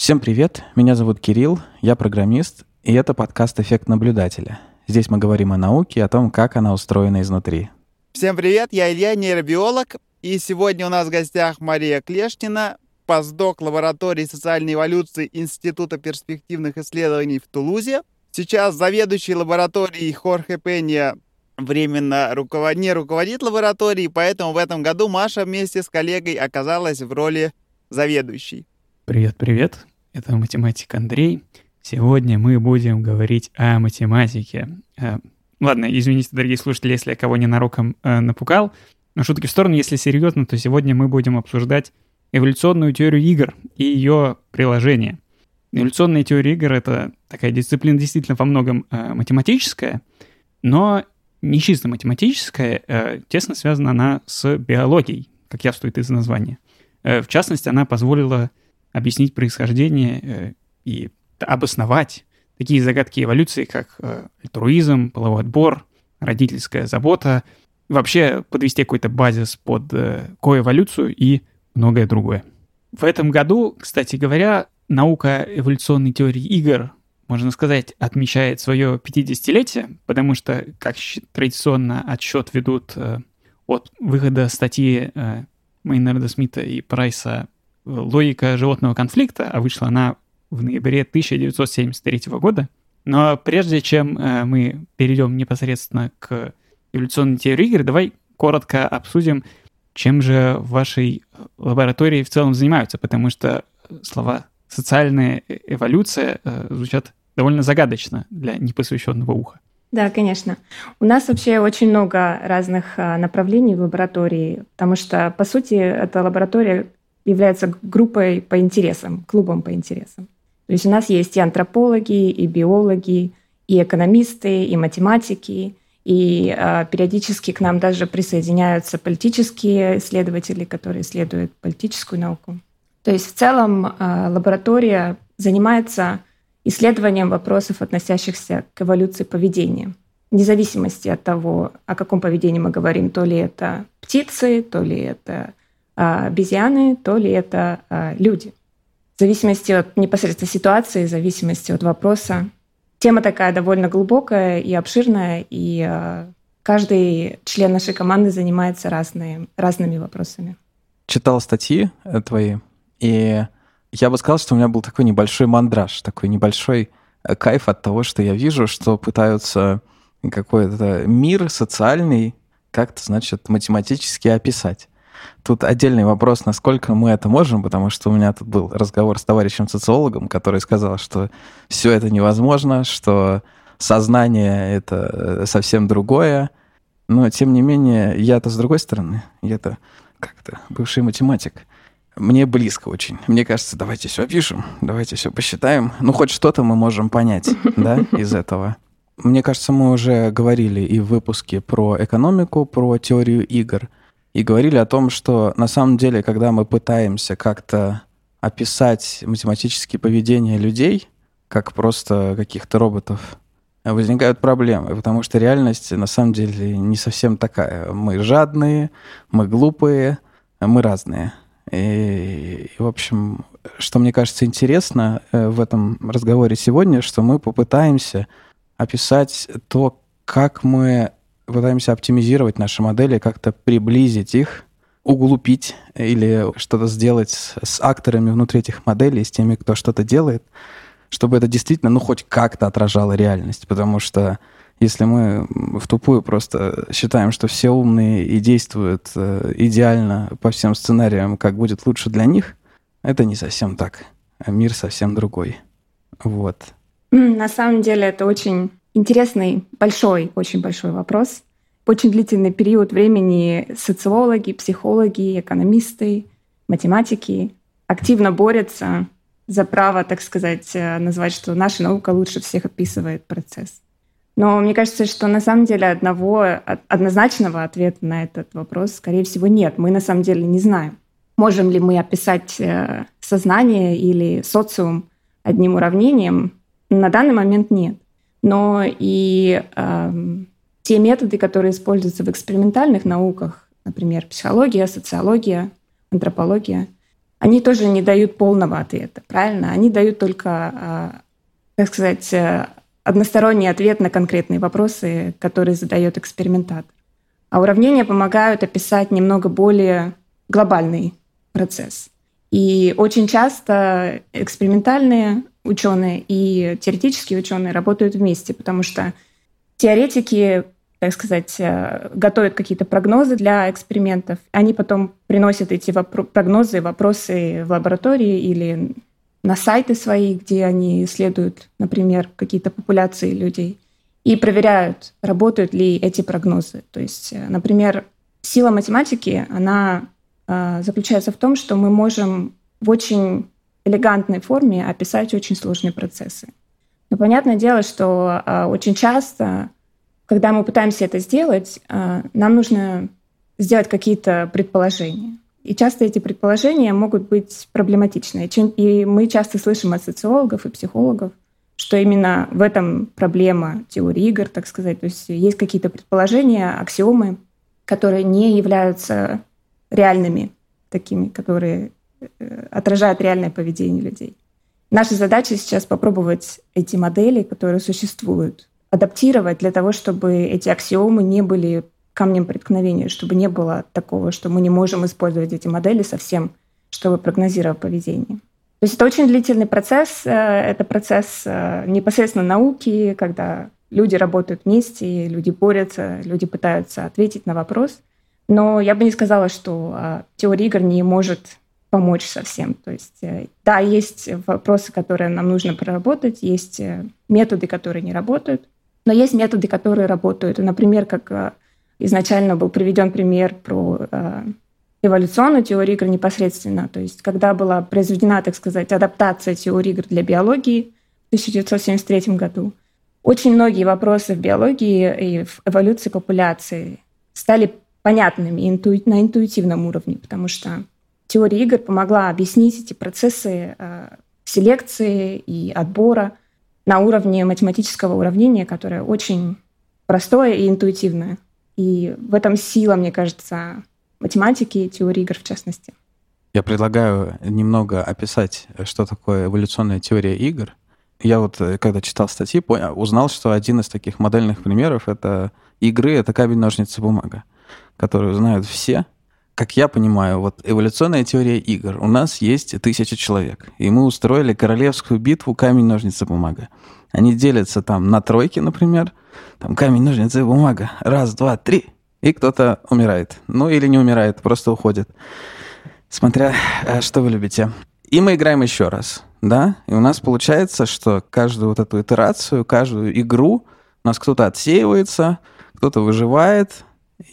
Всем привет, меня зовут Кирилл, я программист, и это подкаст «Эффект наблюдателя». Здесь мы говорим о науке и о том, как она устроена изнутри. Всем привет, я Илья, нейробиолог, и сегодня у нас в гостях Мария Клешнина, постдок лаборатории социальной эволюции Института перспективных исследований в Тулузе. Сейчас заведующий лабораторией Хорхе Пенья временно не руководит лабораторией, поэтому в этом году Маша вместе с коллегой оказалась в роли заведующей. Привет, это математик Андрей. Сегодня мы будем говорить о математике. Ладно, извините, дорогие слушатели, если я кого ненароком напугал. Но шутки в сторону, если серьезно, то сегодня мы будем обсуждать эволюционную теорию игр и ее приложения. Эволюционная теория игр — это такая дисциплина действительно во многом математическая, но не чисто математическая, тесно связана она с биологией, как явствует из названия. В частности, она позволила объяснить происхождение и обосновать такие загадки эволюции, как альтруизм, половой отбор, родительская забота, вообще подвести какой-то базис под коэволюцию и многое другое. В этом году, кстати говоря, наука эволюционной теории игр, можно сказать, отмечает свое 50-летие, потому что, как традиционно, отсчет ведут от выхода статьи Мейнарда Смита и Прайса «Логика животного конфликта», а вышла она в ноябре 1973 года. Но прежде чем мы перейдем непосредственно к эволюционной теории игр, давай коротко обсудим, чем же в вашей лаборатории в целом занимаются, потому что слова «социальная эволюция» звучат довольно загадочно для непосвященного уха. Да, конечно. У нас вообще очень много разных направлений в лаборатории, потому что, по сути, эта лаборатория является группой по интересам, клубом по интересам. То есть у нас есть и антропологи, и биологи, и экономисты, и математики, и периодически к нам даже присоединяются политические исследователи, которые исследуют политическую науку. То есть в целом лаборатория занимается исследованием вопросов, относящихся к эволюции поведения, вне зависимости от того, о каком поведении мы говорим, то ли это птицы, то ли это обезьяны, то ли это люди. В зависимости от непосредственно ситуации, в зависимости от вопроса. Тема такая довольно глубокая и обширная, и каждый член нашей команды занимается разными вопросами. Читал статьи твои, и я бы сказал, что у меня был такой небольшой мандраж, такой небольшой кайф от того, что я вижу, что пытаются какой-то мир социальный как-то, значит, математически описать. Тут отдельный вопрос, насколько мы это можем, потому что у меня тут был разговор с товарищем-социологом, который сказал, что все это невозможно, что сознание — это совсем другое. Но, тем не менее, я-то с другой стороны, я-то как-то бывший математик. Мне близко очень. Мне кажется, давайте все опишем, давайте все посчитаем. Ну, хоть что-то мы можем понять, да, из этого. Мне кажется, мы уже говорили и в выпуске про экономику, про теорию игр, и говорили о том, что на самом деле, когда мы пытаемся как-то описать математические поведения людей, как просто каких-то роботов, возникают проблемы, потому что реальность на самом деле не совсем такая. Мы жадные, мы глупые, мы разные. И, в общем, что мне кажется интересно в этом разговоре сегодня, что мы попытаемся описать то, как мы пытаемся оптимизировать наши модели, как-то приблизить их, углубить или что-то сделать с акторами внутри этих моделей, с теми, кто что-то делает, чтобы это действительно, хоть как-то отражало реальность. Потому что если мы в тупую просто считаем, что все умные и действуют идеально по всем сценариям, как будет лучше для них, это не совсем так. Мир совсем другой. Вот. На самом деле это очень интересный, очень большой вопрос. Очень длительный период времени социологи, психологи, экономисты, математики активно борются за право, так сказать, назвать, что наша наука лучше всех описывает процесс. Но мне кажется, что на самом деле однозначного ответа на этот вопрос, скорее всего, нет. Мы на самом деле не знаем, можем ли мы описать сознание или социум одним уравнением. На данный момент нет. Но и те методы, которые используются в экспериментальных науках, например, психология, социология, антропология, они тоже не дают полного ответа, правильно? Они дают только, так сказать, односторонний ответ на конкретные вопросы, которые задает экспериментатор. А уравнения помогают описать немного более глобальный процесс. И очень часто экспериментальные ученые и теоретические ученые работают вместе, потому что теоретики, так сказать, готовят какие-то прогнозы для экспериментов. Они потом приносят эти прогнозы, вопросы в лаборатории или на сайты свои, где они исследуют, например, какие-то популяции людей, и проверяют, работают ли эти прогнозы. То есть, например, сила математики, она заключается в том, что мы можем в очень элегантной форме описать очень сложные процессы. Но понятное дело, что очень часто, когда мы пытаемся это сделать, нам нужно сделать какие-то предположения. И часто эти предположения могут быть проблематичны. И мы часто слышим от социологов и психологов, что именно в этом проблема теории игр, так сказать. То есть есть какие-то предположения, аксиомы, которые не являются реальными, такими, которые отражают реальное поведение людей. Наша задача сейчас попробовать эти модели, которые существуют, адаптировать для того, чтобы эти аксиомы не были камнем преткновения, чтобы не было такого, что мы не можем использовать эти модели совсем, чтобы прогнозировать поведение. То есть это очень длительный процесс, это процесс непосредственно науки, когда люди работают вместе, люди борются, люди пытаются ответить на вопрос. Но я бы не сказала, что теория игр не может помочь совсем. То есть, да, есть вопросы, которые нам нужно проработать, есть методы, которые не работают, но есть методы, которые работают. И, например, как изначально был приведен пример про эволюционную теорию игр непосредственно. То есть, когда была произведена, так сказать, адаптация теории игр для биологии в 1973 году, очень многие вопросы в биологии и в эволюции популяции стали понятными на интуитивном уровне, потому что теория игр помогла объяснить эти процессы селекции и отбора на уровне математического уравнения, которое очень простое и интуитивное. И в этом сила, мне кажется, математики и теории игр в частности. Я предлагаю немного описать, что такое эволюционная теория игр. Я вот, когда читал статьи, узнал, что один из таких модельных примеров это игры, это камень, ножницы, бумага, которую знают все. Как я понимаю, вот эволюционная теория игр. У нас есть 1000 человек, и мы устроили королевскую битву камень, ножницы, бумага. Они делятся там на тройки, например. Там камень, ножницы, бумага. 1, 2, 3. И кто-то умирает. Ну или не умирает, просто уходит. Смотря, что вы любите. И мы играем еще раз. Да? И у нас получается, что каждую вот эту итерацию, каждую игру у нас кто-то отсеивается, кто-то выживает,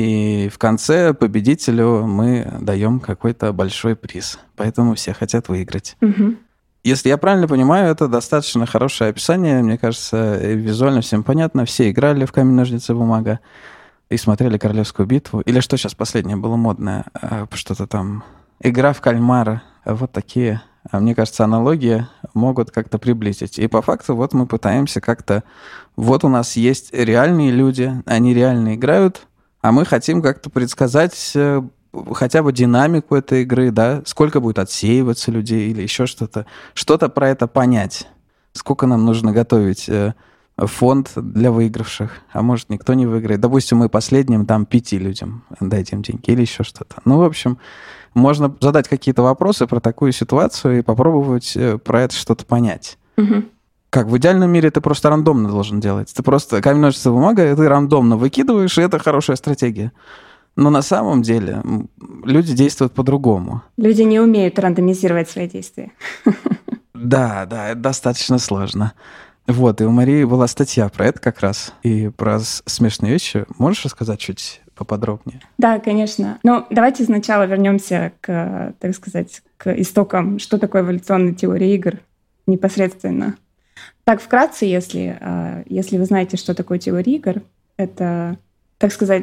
и в конце победителю мы даем какой-то большой приз. Поэтому все хотят выиграть. Угу. Если я правильно понимаю, это достаточно хорошее описание. Мне кажется, визуально всем понятно. Все играли в камень, ножницы, бумага и смотрели королевскую битву. Или что сейчас последнее было модное? Что-то там... Игра в кальмара. Вот такие, мне кажется, аналогии могут как-то приблизить. И по факту вот мы пытаемся как-то... Вот у нас есть реальные люди, они реально играют, а мы хотим как-то предсказать хотя бы динамику этой игры, да, сколько будет отсеиваться людей или еще что-то. Что-то про это понять. Сколько нам нужно готовить фонд для выигравших, а может, никто не выиграет. Допустим, мы последним там 5 людям дадим деньги или еще что-то. Ну, в общем, можно задать какие-то вопросы про такую ситуацию и попробовать про это что-то понять. Угу. Как в идеальном мире ты просто рандомно должен делать. Ты просто камень, ножницы, бумага, и ты рандомно выкидываешь, и это хорошая стратегия. Но на самом деле люди действуют по-другому. Люди не умеют рандомизировать свои действия. Да, это достаточно сложно. Вот, и у Марии была статья про это как раз, и про смешные вещи. Можешь рассказать чуть поподробнее? Да, конечно. Но давайте сначала вернемся к, так сказать, к истокам, что такое эволюционная теория игр непосредственно. Так, вкратце, если вы знаете, что такое теория игр, это, так сказать,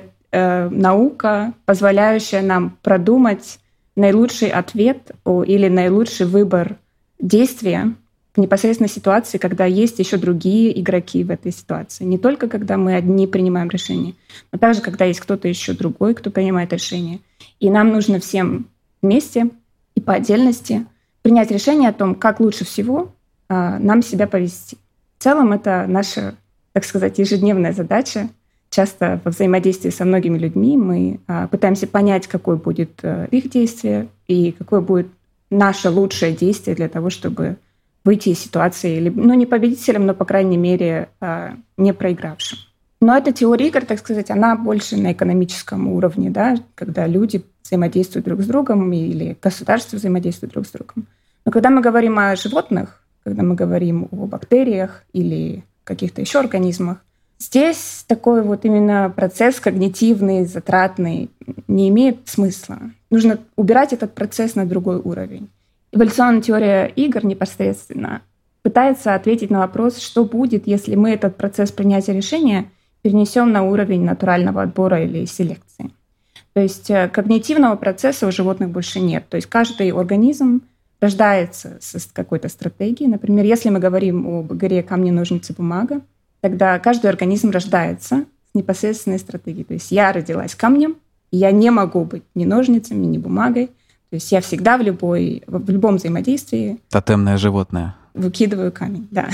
наука, позволяющая нам продумать наилучший ответ или наилучший выбор действия в непосредственной ситуации, когда есть еще другие игроки в этой ситуации. Не только когда мы одни принимаем решение, но также когда есть кто-то еще другой, кто принимает решение. И нам нужно всем вместе и по отдельности принять решение о том, как лучше всего нам себя повести. В целом это наша, так сказать, ежедневная задача. Часто во взаимодействии со многими людьми мы пытаемся понять, какое будет их действие и какое будет наше лучшее действие для того, чтобы выйти из ситуации, не победителем, но, по крайней мере, не проигравшим. Но эта теория игр, так сказать, она больше на экономическом уровне, да, когда люди взаимодействуют друг с другом или государства взаимодействуют друг с другом. Но когда мы говорим о животных, когда мы говорим о бактериях или каких-то еще организмах, здесь такой вот именно процесс когнитивный, затратный, не имеет смысла. Нужно убирать этот процесс на другой уровень. Эволюционная теория игр непосредственно пытается ответить на вопрос, что будет, если мы этот процесс принятия решения перенесем на уровень натурального отбора или селекции. То есть когнитивного процесса у животных больше нет. То есть каждый организм рождается с какой-то стратегией. Например, если мы говорим об игре «камни, ножницы, бумага», тогда каждый организм рождается с непосредственной стратегией. То есть я родилась камнем, и я не могу быть ни ножницами, ни бумагой. То есть я всегда в любом взаимодействии... Тотемное животное. Выкидываю камень, да.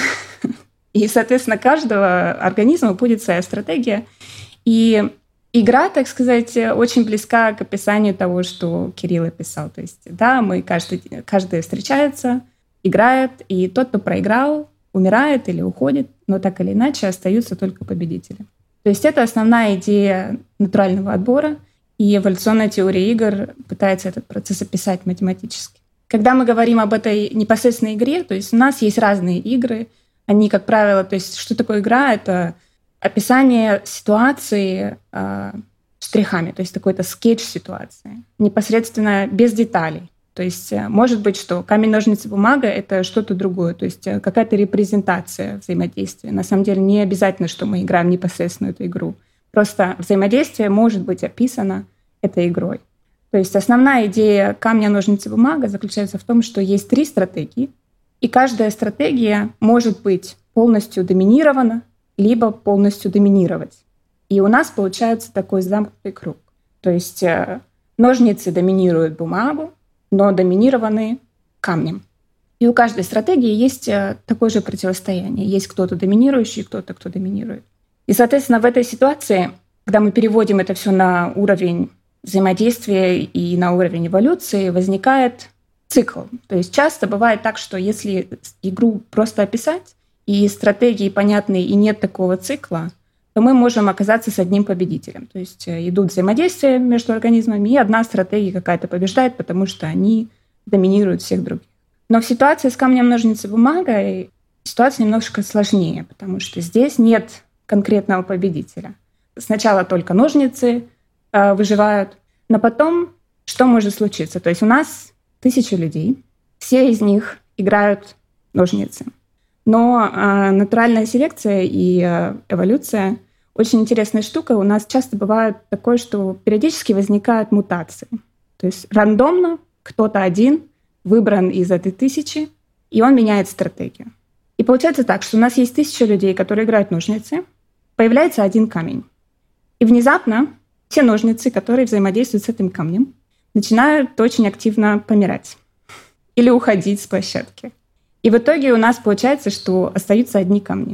И, соответственно, каждого организма будет своя стратегия. И игра, так сказать, очень близка к описанию того, что Кирилл описал. То есть, да, каждый встречается, играет, и тот, кто проиграл, умирает или уходит, но так или иначе остаются только победители. То есть это основная идея натурального отбора, и эволюционная теория игр пытается этот процесс описать математически. Когда мы говорим об этой непосредственной игре, то есть у нас есть разные игры, они, как правило, то есть что такое игра? Это описание ситуации штрихами, то есть такой-то скетч ситуации, непосредственно без деталей. То есть может быть, что камень, ножницы, бумага — это что-то другое, то есть какая-то репрезентация взаимодействия. На самом деле не обязательно, что мы играем непосредственно эту игру. Просто взаимодействие может быть описано этой игрой. То есть основная идея камня, ножницы, бумага заключается в том, что есть 3 стратегии, и каждая стратегия может быть полностью доминирована, либо полностью доминировать. И у нас получается такой замкнутый круг. То есть ножницы доминируют бумагу, но доминированы камнем. И у каждой стратегии есть такое же противостояние. Есть кто-то доминирующий, кто-то, кто доминирует. И, соответственно, в этой ситуации, когда мы переводим это все на уровень взаимодействия и на уровень эволюции, возникает цикл. То есть часто бывает так, что если игру просто описать, и стратегии понятны, и нет такого цикла, то мы можем оказаться с одним победителем. То есть идут взаимодействия между организмами, и одна стратегия какая-то побеждает, потому что они доминируют всех других. Но в ситуации с камнем, ножницы, бумагой ситуация немножко сложнее, потому что здесь нет конкретного победителя. Сначала только ножницы выживают, но потом что может случиться? То есть у нас 1000 людей, все из них играют ножницы. Но натуральная селекция и эволюция — очень интересная штука. У нас часто бывает такое, что периодически возникают мутации. То есть рандомно кто-то один выбран из этой 1000, и он меняет стратегию. И получается так, что у нас есть 1000 людей, которые играют ножницы, появляется один камень. И внезапно те ножницы, которые взаимодействуют с этим камнем, начинают очень активно помирать или уходить с площадки. И в итоге у нас получается, что остаются одни камни.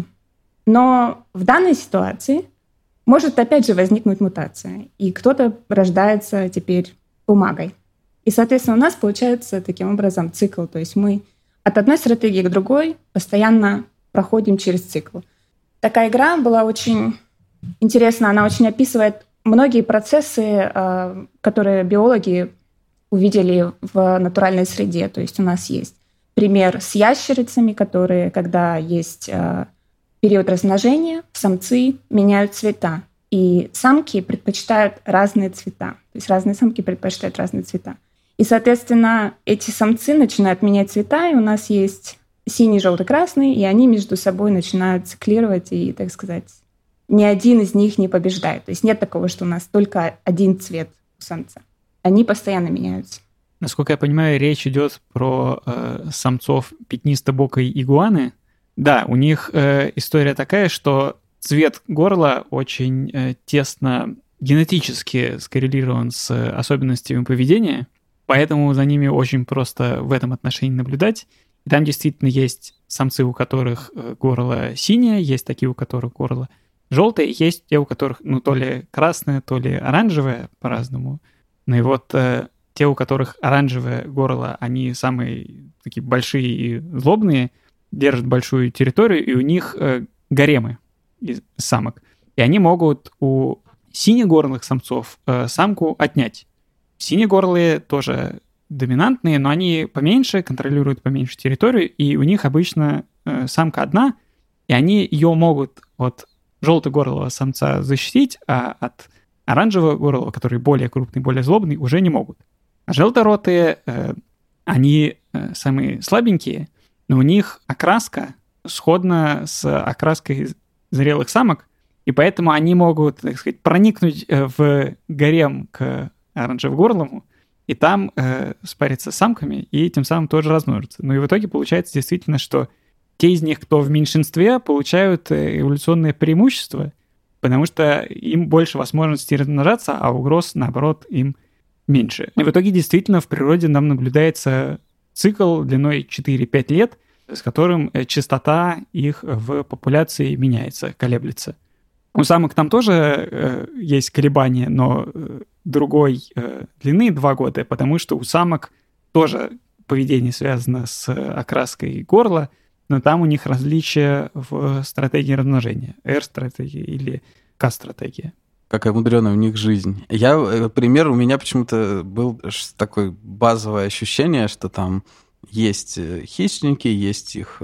Но в данной ситуации может опять же возникнуть мутация, и кто-то рождается теперь бумагой. И, соответственно, у нас получается таким образом цикл. То есть мы от одной стратегии к другой постоянно проходим через цикл. Такая игра была очень интересна. Она очень описывает многие процессы, которые биологи увидели в натуральной среде. То есть у нас есть пример с ящерицами, которые, когда есть период размножения, самцы меняют цвета. И самки предпочитают разные цвета. То есть разные самки предпочитают разные цвета. И, соответственно, эти самцы начинают менять цвета, и у нас есть синий, желтый, красный, и они между собой начинают циклировать, и, так сказать, ни один из них не побеждает. То есть нет такого, что у нас только один цвет у самца. Они постоянно меняются. Насколько я понимаю, речь идет про самцов пятнистобокой игуаны. Да, у них история такая, что цвет горла очень тесно генетически скоррелирован с особенностями поведения. Поэтому за ними очень просто в этом отношении наблюдать. И там действительно есть самцы, у которых горло синее, есть такие, у которых горло желтое, есть те, у которых, то ли красное, то ли оранжевое, по-разному. Ну и вот те, у которых оранжевое горло, они самые такие большие и злобные, держат большую территорию, и у них гаремы из самок. И они могут у синегорлых самцов самку отнять. Синегорлые тоже доминантные, но они поменьше, контролируют поменьше территорию, и у них обычно самка одна, и они ее могут от желтогорлого самца защитить, а от оранжевого горлого, который более крупный, более злобный, уже не могут. А желторотые, они самые слабенькие, но у них окраска сходна с окраской зрелых самок, и поэтому они могут, так сказать, проникнуть в гарем к оранжевогорлому, и там спариться с самками, и тем самым тоже размножиться. Ну и в итоге получается действительно, что те из них, кто в меньшинстве, получают эволюционное преимущество, потому что им больше возможностей размножаться, а угроз, наоборот, им меньше. И в итоге действительно в природе нам наблюдается цикл длиной 4-5 лет, с которым частота их в популяции меняется, колеблется. У самок там тоже есть колебания, но другой длины 2 года, потому что у самок тоже поведение связано с окраской горла, но там у них различия в стратегии размножения. R-стратегия или K-стратегия. Какая мудреная у них жизнь. Пример, у меня почему-то был такое базовое ощущение, что там есть хищники, есть их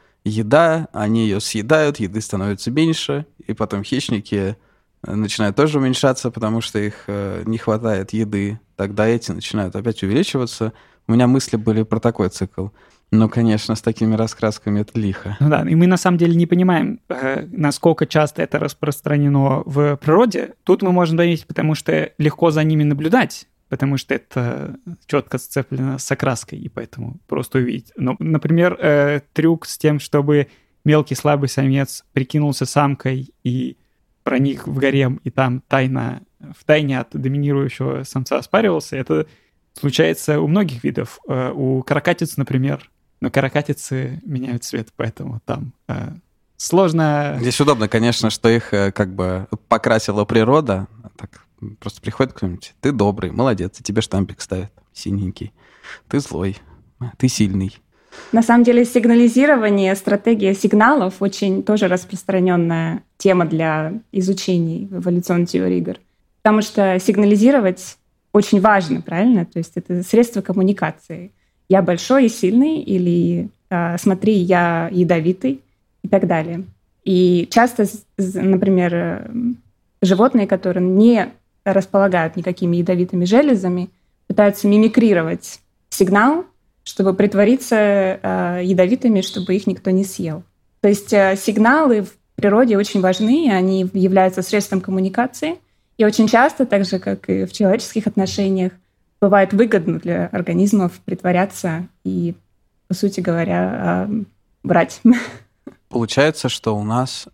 еда, они ее съедают, еды становится меньше, и потом хищники начинают тоже уменьшаться, потому что их не хватает еды. Тогда эти начинают опять увеличиваться. У меня мысли были про такой цикл. Но, конечно, с такими раскрасками это лихо. Ну да, и мы на самом деле не понимаем, насколько часто это распространено в природе. Тут мы можем заметить, потому что легко за ними наблюдать, потому что это четко сцеплено с окраской, и поэтому просто увидеть. Ну, например, трюк с тем, чтобы мелкий слабый самец прикинулся самкой и проник в гарем, и там втайне от доминирующего самца оспаривался, это случается у многих видов. У каракатиц, например, но каракатицы меняют цвет, поэтому там сложно... Здесь удобно, конечно, что их как бы покрасила природа. Так просто приходит кто-нибудь, ты добрый, молодец, и тебе штампик ставят синенький. Ты злой, ты сильный. На самом деле сигнализирование, стратегия сигналов очень тоже распространенная тема для изучений в эволюционной теории игр. Потому что сигнализировать очень важно, правильно? То есть это средство коммуникации. Я большой и сильный, или смотри, я ядовитый и так далее. И часто, например, животные, которые не располагают никакими ядовитыми железами, пытаются мимикрировать сигнал, чтобы притвориться ядовитыми, чтобы их никто не съел. То есть сигналы в природе очень важны, они являются средством коммуникации. И очень часто, так же, как и в человеческих отношениях, бывает выгодно для организмов притворяться и, по сути говоря, врать. Получается, что у нас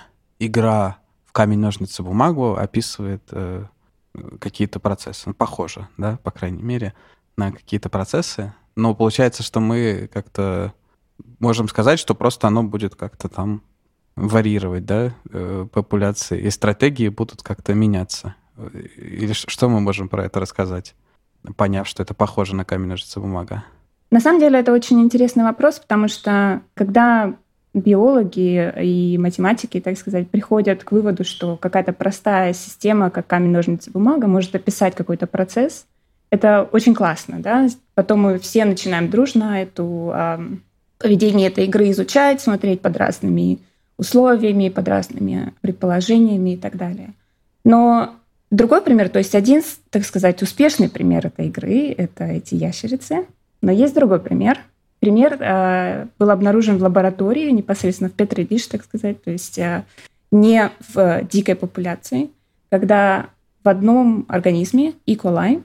игра в камень-ножницы-бумагу описывает какие-то процессы. Ну, похоже, да, по крайней мере, на какие-то процессы. Но получается, что мы как-то можем сказать, что просто оно будет как-то там варьировать, да, популяции, и стратегии будут как-то меняться. Или что мы можем про это рассказать, поняв, что это похоже на камень-ножницы-бумага? На самом деле это очень интересный вопрос, потому что когда биологи и математики, так сказать, приходят к выводу, что какая-то простая система, как камень-ножницы-бумага, может описать какой-то процесс, это очень классно, да? Потом мы все начинаем дружно поведение этой игры изучать, смотреть под разными условиями, под разными предположениями и так далее. Но другой пример, то есть один, так сказать, успешный пример этой игры — это эти ящерицы. Но есть другой пример. Пример был обнаружен в лаборатории, непосредственно в Petri dish, так сказать, то есть не в дикой популяции, когда в одном организме, E. coli,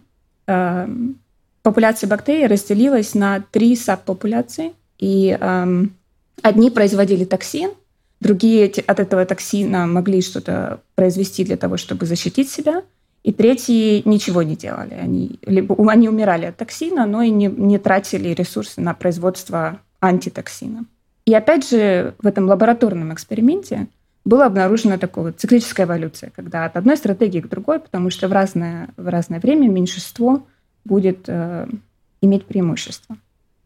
популяция бактерий разделилась на 3 сабпопуляции, и одни производили токсин, другие от этого токсина могли что-то произвести для того, чтобы защитить себя, И третьи ничего не делали. Они умирали от токсина, но и не тратили ресурсы на производство антитоксина. И опять же, в этом лабораторном эксперименте была обнаружена такая вот циклическая эволюция, когда от одной стратегии к другой, потому что в разное время меньшинство будет иметь преимущество.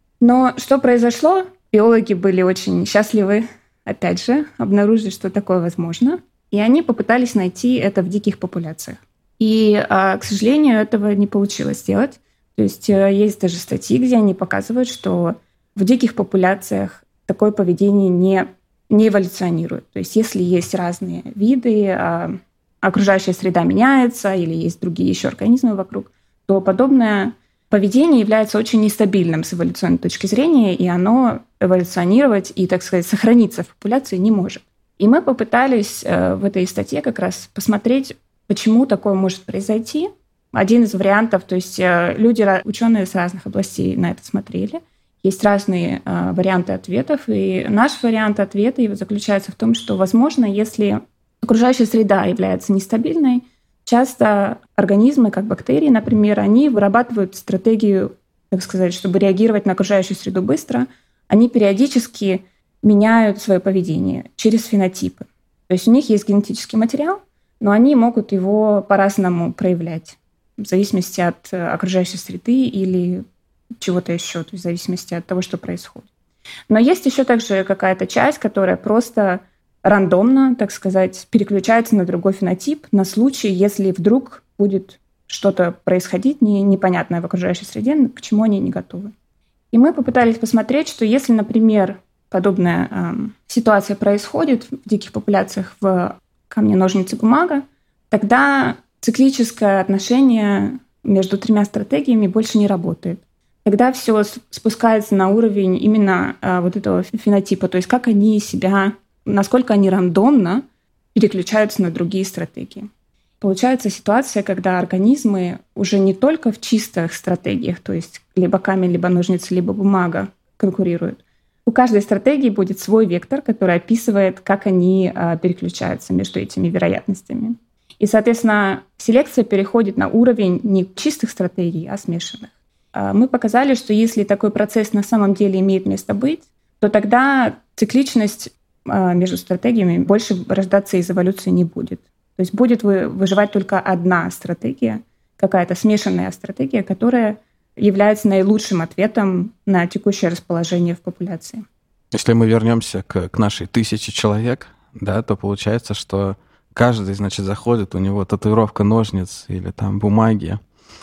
Но что произошло? Биологи были очень счастливы, опять же, обнаружили, что такое возможно, и они попытались найти это в диких популяциях. И, к сожалению, этого не получилось сделать. То есть есть даже статьи, где они показывают, что в диких популяциях такое поведение не эволюционирует. То есть если есть разные виды, окружающая среда меняется или есть другие еще организмы вокруг, то подобное поведение является очень нестабильным с эволюционной точки зрения, и оно эволюционировать и, так сказать, сохраниться в популяции не может. И мы попытались в этой статье как раз посмотреть, почему такое может произойти. Один из вариантов, то есть ученые с разных областей на это смотрели. Есть разные варианты ответов, и наш вариант ответа заключается в том, что, возможно, если окружающая среда является нестабильной, часто организмы, как бактерии, например, они вырабатывают стратегию, так сказать, чтобы реагировать на окружающую среду быстро, они периодически меняют свое поведение через фенотипы. То есть у них есть генетический материал, но они могут его по-разному проявлять в зависимости от окружающей среды или чего-то еще, то есть в зависимости от того, что происходит. Но есть еще также какая-то часть, которая просто рандомно, так сказать, переключается на другой фенотип на случай, если вдруг будет что-то происходить непонятное в окружающей среде, к чему они не готовы. И мы попытались посмотреть, что если, например, подобная ситуация происходит в диких популяциях в камне, ножницы, бумага, тогда циклическое отношение между тремя стратегиями больше не работает. Тогда все спускается на уровень именно вот этого фенотипа, то есть как они себя, насколько они рандомно переключаются на другие стратегии. Получается ситуация, когда организмы уже не только в чистых стратегиях, то есть либо камень, либо ножницы, либо бумага конкурируют. У каждой стратегии будет свой вектор, который описывает, как они переключаются между этими вероятностями. И, соответственно, селекция переходит на уровень не чистых стратегий, а смешанных. Мы показали, что если такой процесс на самом деле имеет место быть, то тогда цикличность между стратегиями больше рождаться из эволюции не будет. То есть будет выживать только одна стратегия, какая-то смешанная стратегия, которая является наилучшим ответом на текущее расположение в популяции. Если мы вернемся к нашей 1000 человек, да, то получается, что каждый, значит, заходит, у него татуировка ножниц или там бумаги,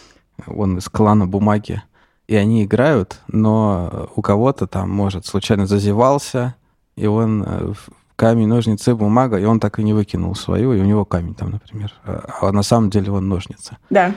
он из клана бумаги, и они играют, но у кого-то там, может, случайно зазевался, и он в камень, ножницы, бумага, и он так и не выкинул свою, и у него камень там, например. А на самом деле он ножницы. Да.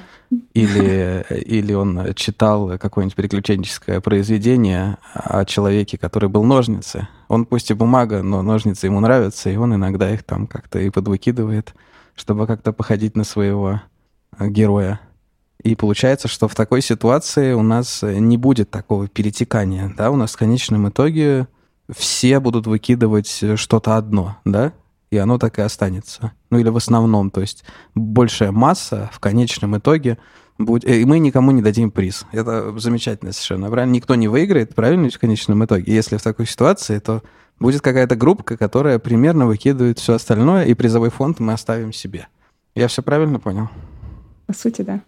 Или он читал какое-нибудь приключенческое произведение о человеке, который был ножницы. Он пусть и бумага, но ножницы ему нравятся, и он иногда их там как-то и подвыкидывает, чтобы как-то походить на своего героя. И получается, что в такой ситуации у нас не будет такого перетекания, да, у нас в конечном итоге все будут выкидывать что-то одно, да, и оно так и останется. Ну или в основном, то есть большая масса в конечном итоге будет... И мы никому не дадим приз. Это замечательно совершенно, правильно? Никто не выиграет, правильно, в конечном итоге. Если в такой ситуации, то будет какая-то группа, которая примерно выкидывает все остальное, и призовой фонд мы оставим себе. Я все правильно понял? По сути, да.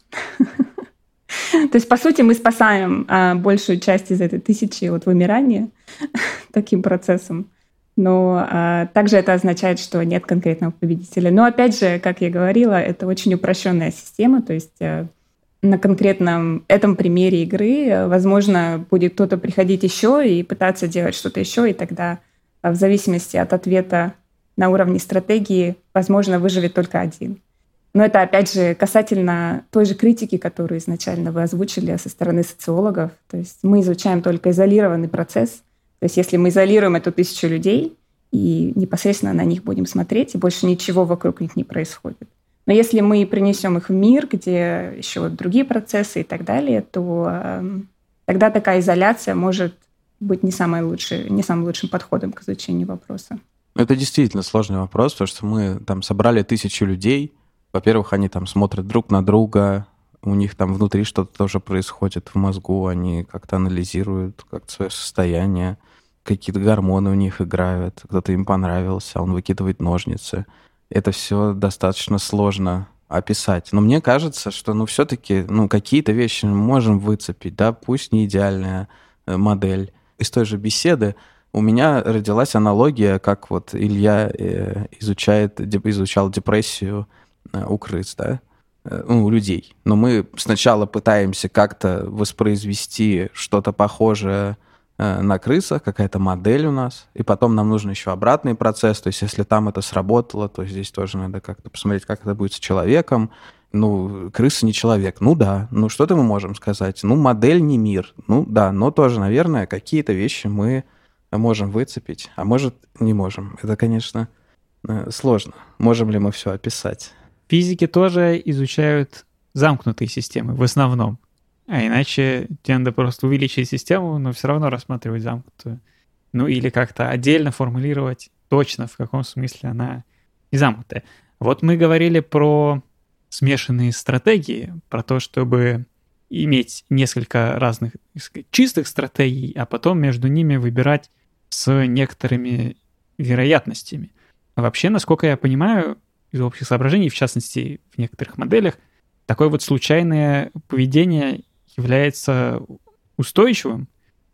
То есть, по сути, мы спасаем большую часть из этой 1000 от вымирания таким процессом. Но также это означает, что нет конкретного победителя. Но, опять же, как я говорила, это очень упрощенная система. То есть на конкретном этом примере игры, возможно, будет кто-то приходить еще и пытаться делать что-то еще, и тогда в зависимости от ответа на уровне стратегии, возможно, выживет только один. Но это, опять же, касательно той же критики, которую изначально вы озвучили со стороны социологов. То есть мы изучаем только изолированный процесс. То есть если мы изолируем эту 1000 людей и непосредственно на них будем смотреть, и больше ничего вокруг них не происходит. Но если мы принесем их в мир, где еще другие процессы и так далее, то тогда такая изоляция может быть не самым лучшим подходом к изучению вопроса. Это действительно сложный вопрос, потому что мы там собрали 1000 людей, Во-первых, они там смотрят друг на друга, у них там внутри что-то тоже происходит в мозгу, они как-то анализируют как-то свое состояние, какие-то гормоны у них играют, кто-то им понравился, он выкидывает ножницы. Это все достаточно сложно описать. Но мне кажется, что, все-таки, какие-то вещи мы можем выцепить, да, пусть не идеальная модель. Из той же беседы у меня родилась аналогия, как вот Илья изучал депрессию у крыс, да, у людей. Но мы сначала пытаемся как-то воспроизвести что-то похожее на крысах, какая-то модель у нас, и потом нам нужен еще обратный процесс, то есть если там это сработало, то здесь тоже надо как-то посмотреть, как это будет с человеком. Крыса не человек. Да. Что-то мы можем сказать. Модель не мир. Да, но тоже, наверное, какие-то вещи мы можем выцепить, а может, не можем. Это, конечно, сложно. Можем ли мы все описать? Физики тоже изучают замкнутые системы в основном. А иначе тебе надо просто увеличить систему, но все равно рассматривать замкнутую. Или как-то отдельно формулировать точно, в каком смысле она не замкнутая. Вот мы говорили про смешанные стратегии, про то, чтобы иметь несколько разных, так сказать, чистых стратегий, а потом между ними выбирать с некоторыми вероятностями. А вообще, насколько я понимаю, из общих соображений, в частности, в некоторых моделях, такое вот случайное поведение является устойчивым.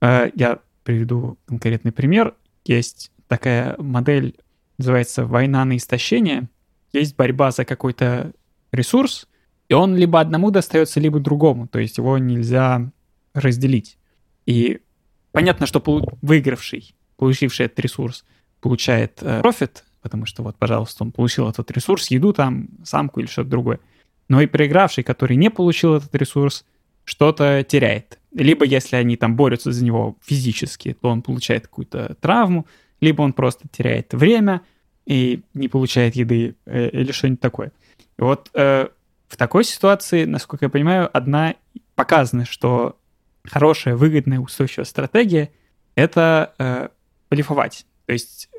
Я приведу конкретный пример. Есть такая модель, называется «Война на истощение». Есть борьба за какой-то ресурс, и он либо одному достается, либо другому. То есть его нельзя разделить. И понятно, что выигравший, получивший этот ресурс, получает профит, потому что вот, пожалуйста, он получил этот ресурс, еду там, самку или что-то другое. Но и проигравший, который не получил этот ресурс, что-то теряет. Либо если они там борются за него физически, то он получает какую-то травму, либо он просто теряет время и не получает еды или что-нибудь такое. И вот в такой ситуации, насколько я понимаю, показано, что хорошая, выгодная, устойчивая стратегия — это блефовать. То есть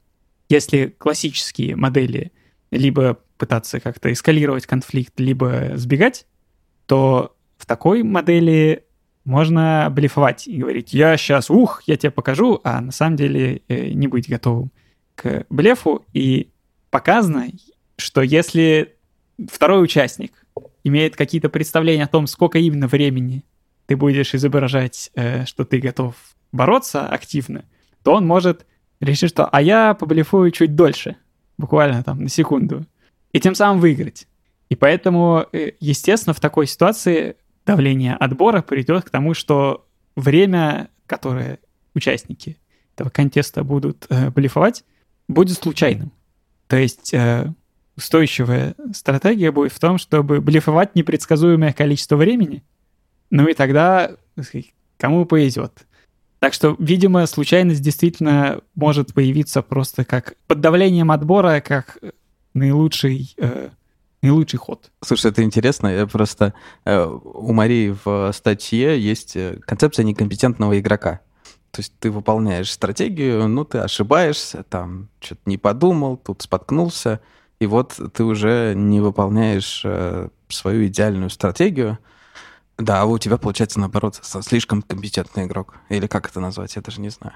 если классические модели либо пытаться как-то эскалировать конфликт, либо сбегать, то в такой модели можно блефовать и говорить: я сейчас, я тебе покажу, а на самом деле не быть готовым к блефу. И показано, что если второй участник имеет какие-то представления о том, сколько именно времени ты будешь изображать, что ты готов бороться активно, то он может решить, что я поблефую чуть дольше, буквально там на секунду, и тем самым выиграть. И поэтому, естественно, в такой ситуации давление отбора придет к тому, что время, которое участники этого контеста будут блефовать, будет случайным. То есть устойчивая стратегия будет в том, чтобы блефовать непредсказуемое количество времени, и тогда кому повезет. Так что, видимо, случайность действительно может появиться просто как под давлением отбора, как наилучший ход. Слушай, это интересно. Я просто у Марии в статье есть концепция некомпетентного игрока. То есть ты выполняешь стратегию, ты ошибаешься, там что-то не подумал, тут споткнулся, и вот ты уже не выполняешь свою идеальную стратегию. Да, а у тебя, получается, наоборот, слишком компетентный игрок. Или как это назвать, я даже не знаю.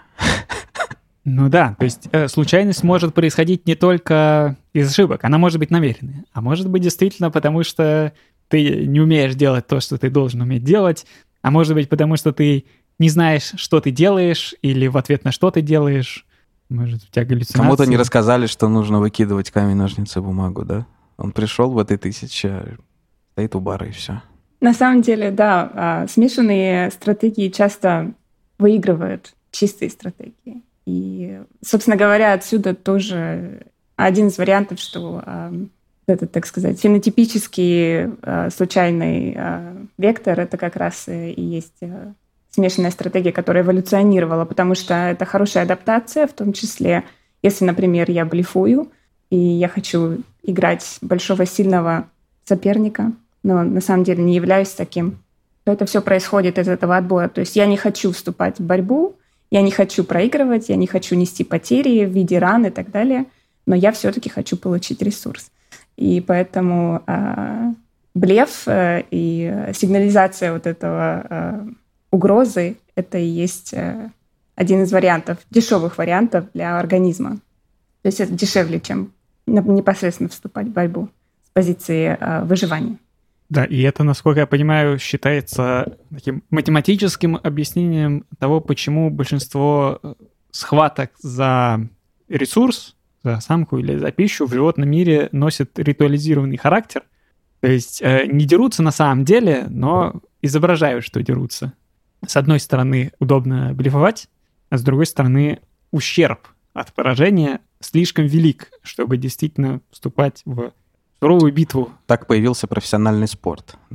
Да, то есть случайность может происходить не только из ошибок, она может быть намеренная, а может быть действительно потому, что ты не умеешь делать то, что ты должен уметь делать, а может быть потому, что ты не знаешь, что ты делаешь, или в ответ на что ты делаешь. Может, у тебя галлюцинации. Кому-то не рассказали, что нужно выкидывать камень, ножницы, бумагу, да? Он пришел в этой 1000, стоит у бара, и все. На самом деле, да, смешанные стратегии часто выигрывают чистые стратегии. И, собственно говоря, отсюда тоже один из вариантов, что этот, так сказать, фенотипический случайный вектор — это как раз и есть смешанная стратегия, которая эволюционировала, потому что это хорошая адаптация, в том числе, если, например, я блефую, и я хочу играть большого сильного соперника, но на самом деле не являюсь таким, то это все происходит из этого отбора. То есть я не хочу вступать в борьбу, я не хочу проигрывать, я не хочу нести потери в виде ран и так далее, но я все-таки хочу получить ресурс. И поэтому блеф и сигнализация вот этого угрозы — это и есть один из вариантов, дешевых вариантов для организма. То есть это дешевле, чем непосредственно вступать в борьбу с позиции выживания. Да, и это, насколько я понимаю, считается таким математическим объяснением того, почему большинство схваток за ресурс, за самку или за пищу в животном мире носят ритуализированный характер. То есть не дерутся на самом деле, но изображают, что дерутся. С одной стороны, удобно блефовать, а с другой стороны, ущерб от поражения слишком велик, чтобы действительно вступать в суровую битву. Так появился профессиональный спорт, да?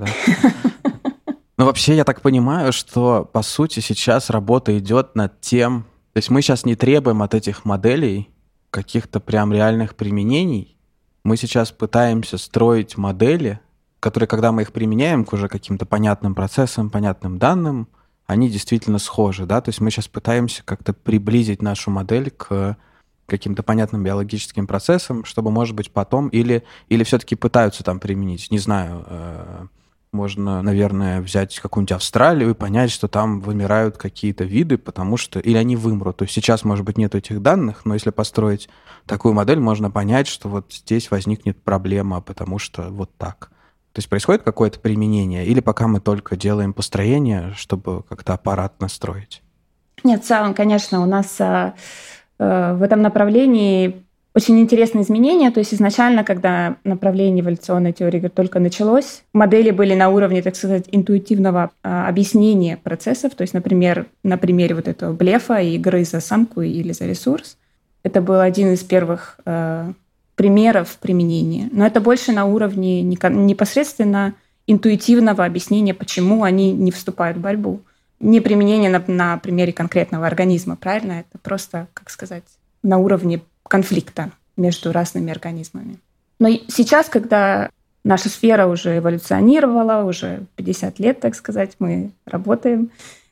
Ну, вообще, я так понимаю, что, по сути, сейчас работа идет над тем... То есть мы сейчас не требуем от этих моделей каких-то прям реальных применений. Мы сейчас пытаемся строить модели, которые, когда мы их применяем к уже каким-то понятным процессам, понятным данным, они действительно схожи, да? То есть мы сейчас пытаемся как-то приблизить нашу модель к каким-то понятным биологическим процессам, чтобы, может быть, потом... Или все-таки пытаются там применить, не знаю... Можно, наверное, взять какую-нибудь Австралию и понять, что там вымирают какие-то виды, потому что... Или они вымрут. То есть сейчас, может быть, нет этих данных, но если построить такую модель, можно понять, что вот здесь возникнет проблема, потому что вот так. То есть происходит какое-то применение? Или пока мы только делаем построение, чтобы как-то аппарат настроить? Нет, в целом, конечно, у нас в этом направлении... Очень интересные изменения. То есть изначально, когда направление эволюционной теории только началось, модели были на уровне, так сказать, интуитивного объяснения процессов. То есть, например, на примере вот этого блефа и игры за самку или за ресурс. Это был один из первых примеров применения. Но это больше на уровне непосредственно интуитивного объяснения, почему они не вступают в борьбу. Не применение на примере конкретного организма, правильно? Это просто, как сказать, на уровне конфликта между разными организмами. Но сейчас, когда наша сфера уже эволюционировала, уже 50 лет, так сказать, мы работаем,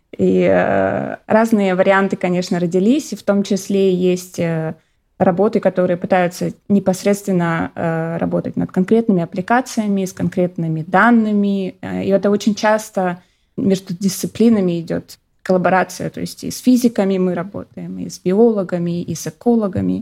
и разные варианты, конечно, родились, и в том числе есть работы, которые пытаются непосредственно работать над конкретными аппликациями, с конкретными данными, и это очень часто между дисциплинами идет коллаборация, то есть и с физиками мы работаем, и с биологами, и с экологами.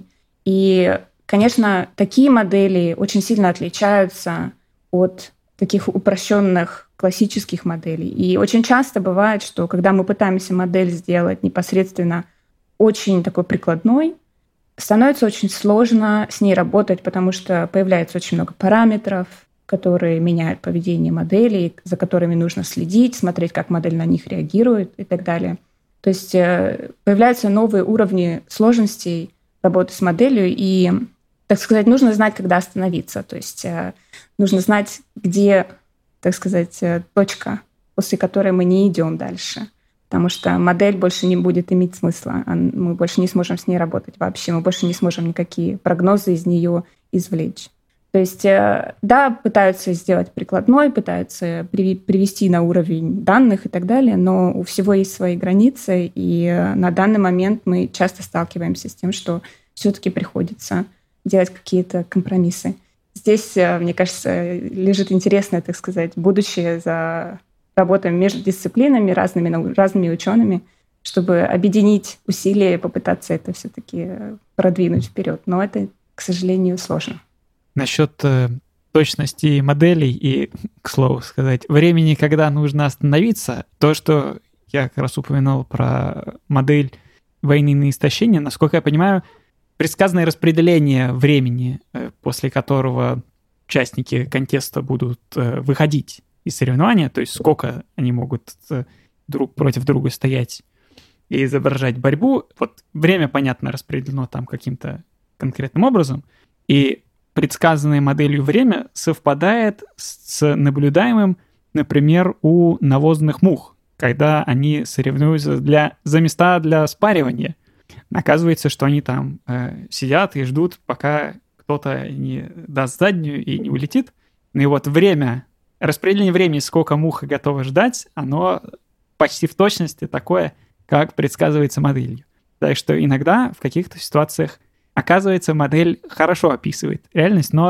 И, конечно, такие модели очень сильно отличаются от таких упрощенных классических моделей. И очень часто бывает, что когда мы пытаемся модель сделать непосредственно очень такой прикладной, становится очень сложно с ней работать, потому что появляется очень много параметров, которые меняют поведение моделей, за которыми нужно следить, смотреть, как модель на них реагирует и так далее. То есть появляются новые уровни сложностей работы с моделью, и, так сказать, нужно знать, когда остановиться. То есть нужно знать, где, так сказать, точка, после которой мы не идем дальше. Потому что модель больше не будет иметь смысла. Мы больше не сможем с ней работать вообще. Мы больше не сможем никакие прогнозы из нее извлечь. То есть, да, пытаются сделать прикладной, пытаются привести на уровень данных и так далее, но у всего есть свои границы, и на данный момент мы часто сталкиваемся с тем, что все-таки приходится делать какие-то компромиссы. Здесь, мне кажется, лежит интересное, так сказать, будущее за работой между дисциплинами, разными учеными, чтобы объединить усилия и попытаться это все-таки продвинуть вперед. Но это, к сожалению, сложно. Насчет точности моделей и, к слову сказать, времени, когда нужно остановиться, то, что я как раз упоминал про модель войны на истощение, насколько я понимаю, предсказанное распределение времени, после которого участники контеста будут выходить из соревнования, то есть сколько они могут друг против друга стоять и изображать борьбу, вот время, понятно, распределено там каким-то конкретным образом, и предсказанное моделью время совпадает с наблюдаемым, например, у навозных мух, когда они соревнуются за места для спаривания. Оказывается, что они там сидят и ждут, пока кто-то не даст заднюю и не улетит. И вот распределение времени, сколько мух готовы ждать, оно почти в точности такое, как предсказывается моделью. Так что иногда в каких-то ситуациях, оказывается, модель хорошо описывает реальность, но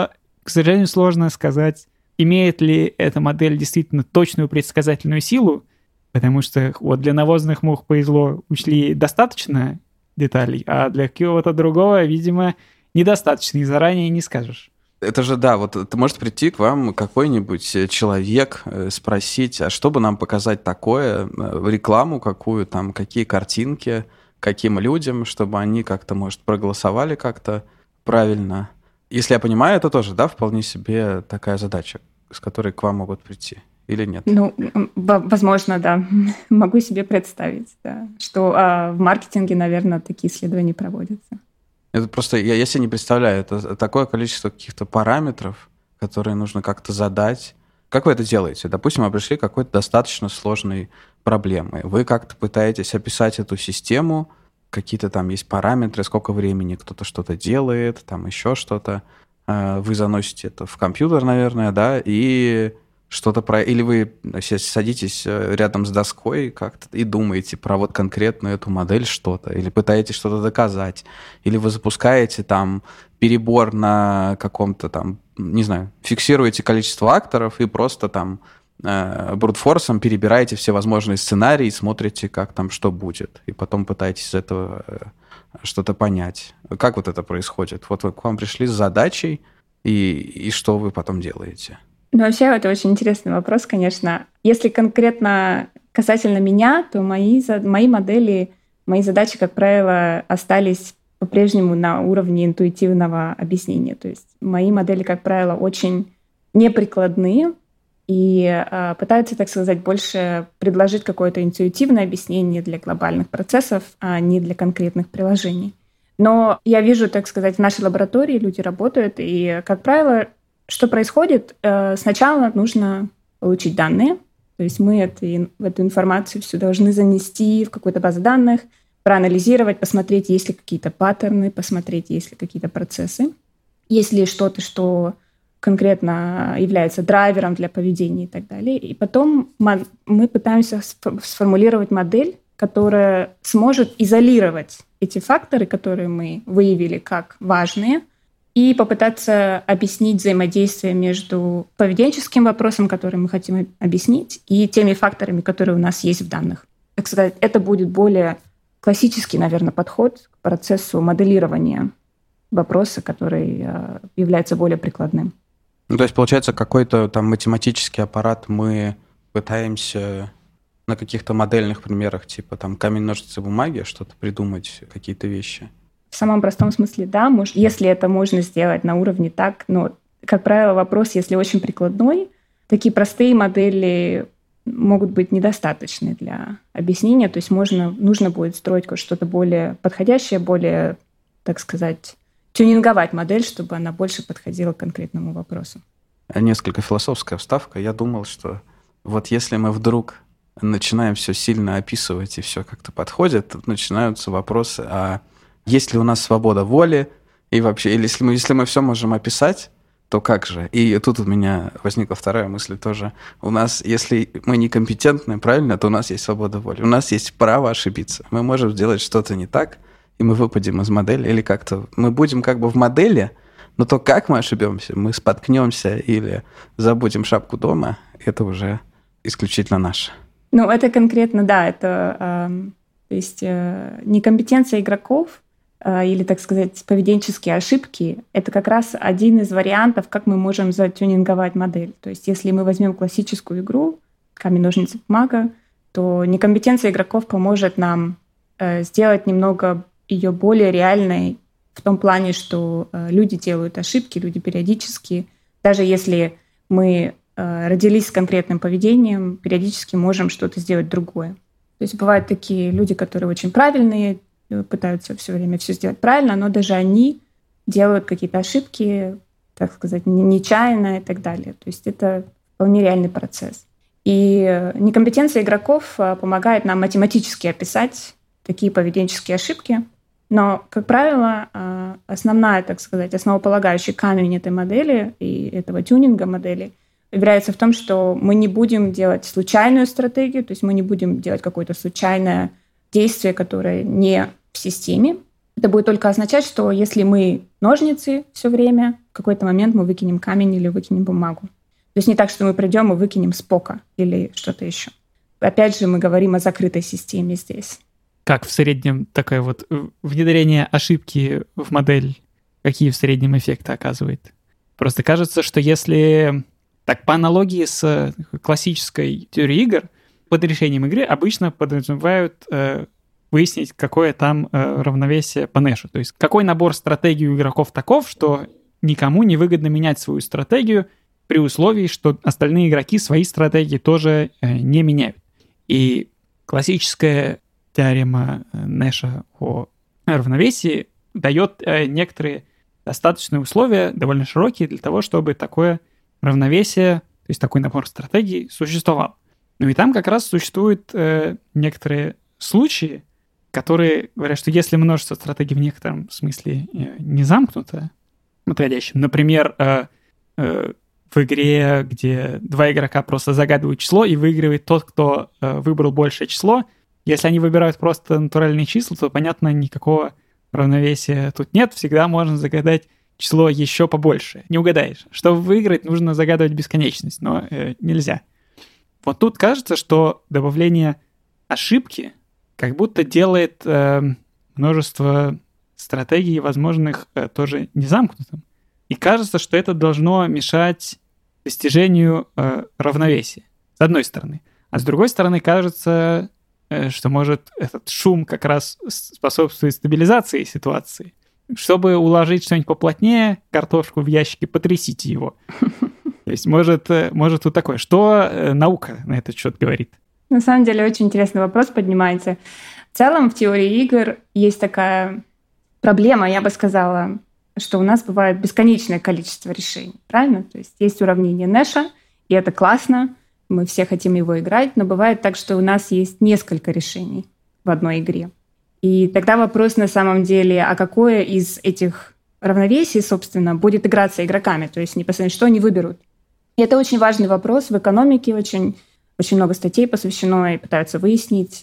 К сожалению, сложно сказать, имеет ли эта модель действительно точную предсказательную силу, потому что вот для навозных мух повезло, учли достаточно деталей, а для какого-то другого, видимо, недостаточно, и заранее не скажешь. Это же, да, вот это может прийти к вам какой-нибудь человек, спросить, а что бы нам показать такое, рекламу какую, там, какие картинки, каким людям, чтобы они как-то, может, проголосовали как-то правильно. Если я понимаю, это тоже, да, вполне себе такая задача, с которой к вам могут прийти, или нет? Ну, возможно, да. Могу себе представить, да, что в маркетинге, наверное, такие исследования проводятся. Это просто, я себе не представляю, это такое количество каких-то параметров, которые нужно как-то задать. Как вы это делаете? Допустим, вы пришли к какой-то достаточно сложной проблемой. Вы как-то пытаетесь описать эту систему, какие-то там есть параметры, сколько времени кто-то что-то делает, там еще что-то. Вы заносите это в компьютер, наверное, да, и что-то про... Или вы садитесь рядом с доской как-то и думаете про вот конкретную эту модель что-то, или пытаетесь что-то доказать, или вы запускаете там перебор на каком-то там, не знаю, фиксируете количество акторов и просто там брутфорсом перебираете все возможные сценарии и смотрите, как там что будет, и потом пытаетесь из этого что-то понять. Как вот это происходит? Вот вы к вам пришли с задачей, и что вы потом делаете? Ну, вообще, это очень интересный вопрос, конечно. Если конкретно касательно меня, то мои модели, мои задачи, как правило, остались по-прежнему на уровне интуитивного объяснения. То есть мои модели, как правило, очень неприкладные и пытаются, так сказать, больше предложить какое-то интуитивное объяснение для глобальных процессов, а не для конкретных приложений. Но я вижу, так сказать, в нашей лаборатории люди работают, и, как правило, что происходит? Сначала нужно получить данные, то есть мы эту информацию всю должны занести в какую-то базу данных, проанализировать, посмотреть, есть ли какие-то паттерны, посмотреть, есть ли какие-то процессы, есть ли что-то, что конкретно является драйвером для поведения и так далее. И потом мы пытаемся сформулировать модель, которая сможет изолировать эти факторы, которые мы выявили как важные, и попытаться объяснить взаимодействие между поведенческим вопросом, который мы хотим объяснить, и теми факторами, которые у нас есть в данных. Так сказать, это будет более классический, наверное, подход к процессу моделирования вопроса, который является более прикладным. Ну, то есть, получается, какой-то там математический аппарат мы пытаемся на каких-то модельных примерах, типа там камень, ножницы, бумаги, что-то придумать, какие-то вещи. В самом простом смысле, да, если это можно сделать на уровне так, но, как правило, вопрос, если очень прикладной, такие простые модели могут быть недостаточны для объяснения, то есть нужно будет строить что-то более подходящее, более, так сказать, тюнинговать модель, чтобы она больше подходила к конкретному вопросу. Несколько философская вставка. Я думал, что вот если мы вдруг начинаем все сильно описывать и все как-то подходит, тут начинаются вопросы, а есть ли у нас свобода воли, и вообще, или если мы все можем описать, то как же? И тут у меня возникла вторая мысль тоже. У нас, если мы некомпетентны, правильно, то у нас есть свобода воли. У нас есть право ошибиться. Мы можем сделать что-то не так, и мы выпадем из модели, или как-то мы будем как бы в модели, но то, как мы ошибемся, мы споткнемся или забудем шапку дома, это уже исключительно наше. Ну, это конкретно, да, это то есть некомпетенция игроков или, так сказать, поведенческие ошибки — это как раз один из вариантов, как мы можем затюнинговать модель. То есть если мы возьмем классическую игру «Камень, ножницы, бумага», то некомпетенция игроков поможет нам сделать немного ее более реальной в том плане, что люди делают ошибки, люди периодически, даже если мы родились с конкретным поведением, периодически можем что-то сделать другое. То есть бывают такие люди, которые очень правильные, пытаются все время все сделать правильно, но даже они делают какие-то ошибки, так сказать, нечаянно и так далее. То есть это вполне реальный процесс. И некомпетенция игроков помогает нам математически описать такие поведенческие ошибки, но, как правило, основная, так сказать, основополагающий камень этой модели и этого тюнинга модели является в том, что мы не будем делать случайную стратегию, то есть мы не будем делать какое-то случайное действие, которое не в системе, Это будет только означать, что если мы ножницы все время, в какой-то момент мы выкинем камень или выкинем бумагу. То есть не так, что мы придем и выкинем Спока или что-то еще. Опять же, мы говорим о закрытой системе здесь. Как в среднем такое вот внедрение ошибки в модель, какие в среднем эффекты оказывает? Просто кажется, что если так по аналогии с классической теорией игр, под решением игры обычно подразумевают выяснить, какое там равновесие по Нэшу. То есть какой набор стратегий у игроков таков, что никому не выгодно менять свою стратегию при условии, что остальные игроки свои стратегии тоже не меняют. И классическая теорема Нэша о равновесии дает некоторые достаточные условия, довольно широкие, для того, чтобы такое равновесие, то есть такой набор стратегий существовал. Ну и там как раз существуют некоторые случаи, которые говорят, что если множество стратегий в некотором смысле не замкнуто, отводящим, например, в игре, где два игрока просто загадывают число, и выигрывает тот, кто выбрал большее число, если они выбирают просто натуральные числа, то, понятно, никакого равновесия тут нет, всегда можно загадать число еще побольше. Не угадаешь. Чтобы выиграть, нужно загадывать бесконечность, но нельзя. Вот тут кажется, что добавление ошибки как будто делает множество стратегий возможных тоже незамкнутым. И кажется, что это должно мешать достижению равновесия, с одной стороны. А с другой стороны, кажется, что может этот шум как раз способствует стабилизации ситуации. Чтобы уложить что-нибудь поплотнее, картошку в ящике, потрясите его. То есть может вот такое. Что наука на этот счет говорит? На самом деле очень интересный вопрос поднимаете. В целом в теории игр есть такая проблема, я бы сказала, что у нас бывает бесконечное количество решений, правильно? То есть уравнение Нэша, и это классно, мы все хотим его играть, но бывает так, что у нас есть несколько решений в одной игре. И тогда вопрос на самом деле, а какое из этих равновесий, собственно, будет играться игроками, то есть непосредственно, что они выберут. И это очень важный вопрос в экономике, очень много статей посвящено и пытаются выяснить,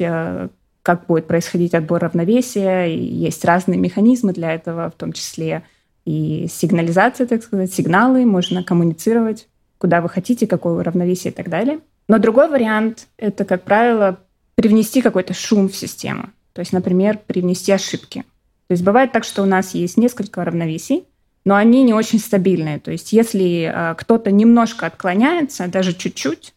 как будет происходить отбор равновесия. И есть разные механизмы для этого, в том числе и сигнализация, так сказать, сигналы, можно коммуницировать, куда вы хотите, какое равновесие и так далее. Но другой вариант — это, как правило, привнести какой-то шум в систему. То есть, например, привнести ошибки. То есть бывает так, что у нас есть несколько равновесий, но они не очень стабильные. То есть если кто-то немножко отклоняется, даже чуть-чуть,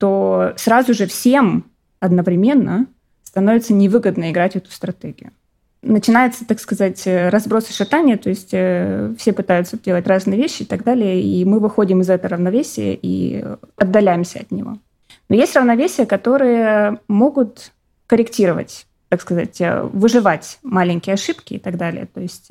то сразу же всем одновременно становится невыгодно играть эту стратегию. Начинается, так сказать, разброс и шатание, то есть все пытаются делать разные вещи и так далее, и мы выходим из этого равновесия и отдаляемся от него. Но есть равновесия, которые могут корректировать, так сказать, выживать маленькие ошибки и так далее. То есть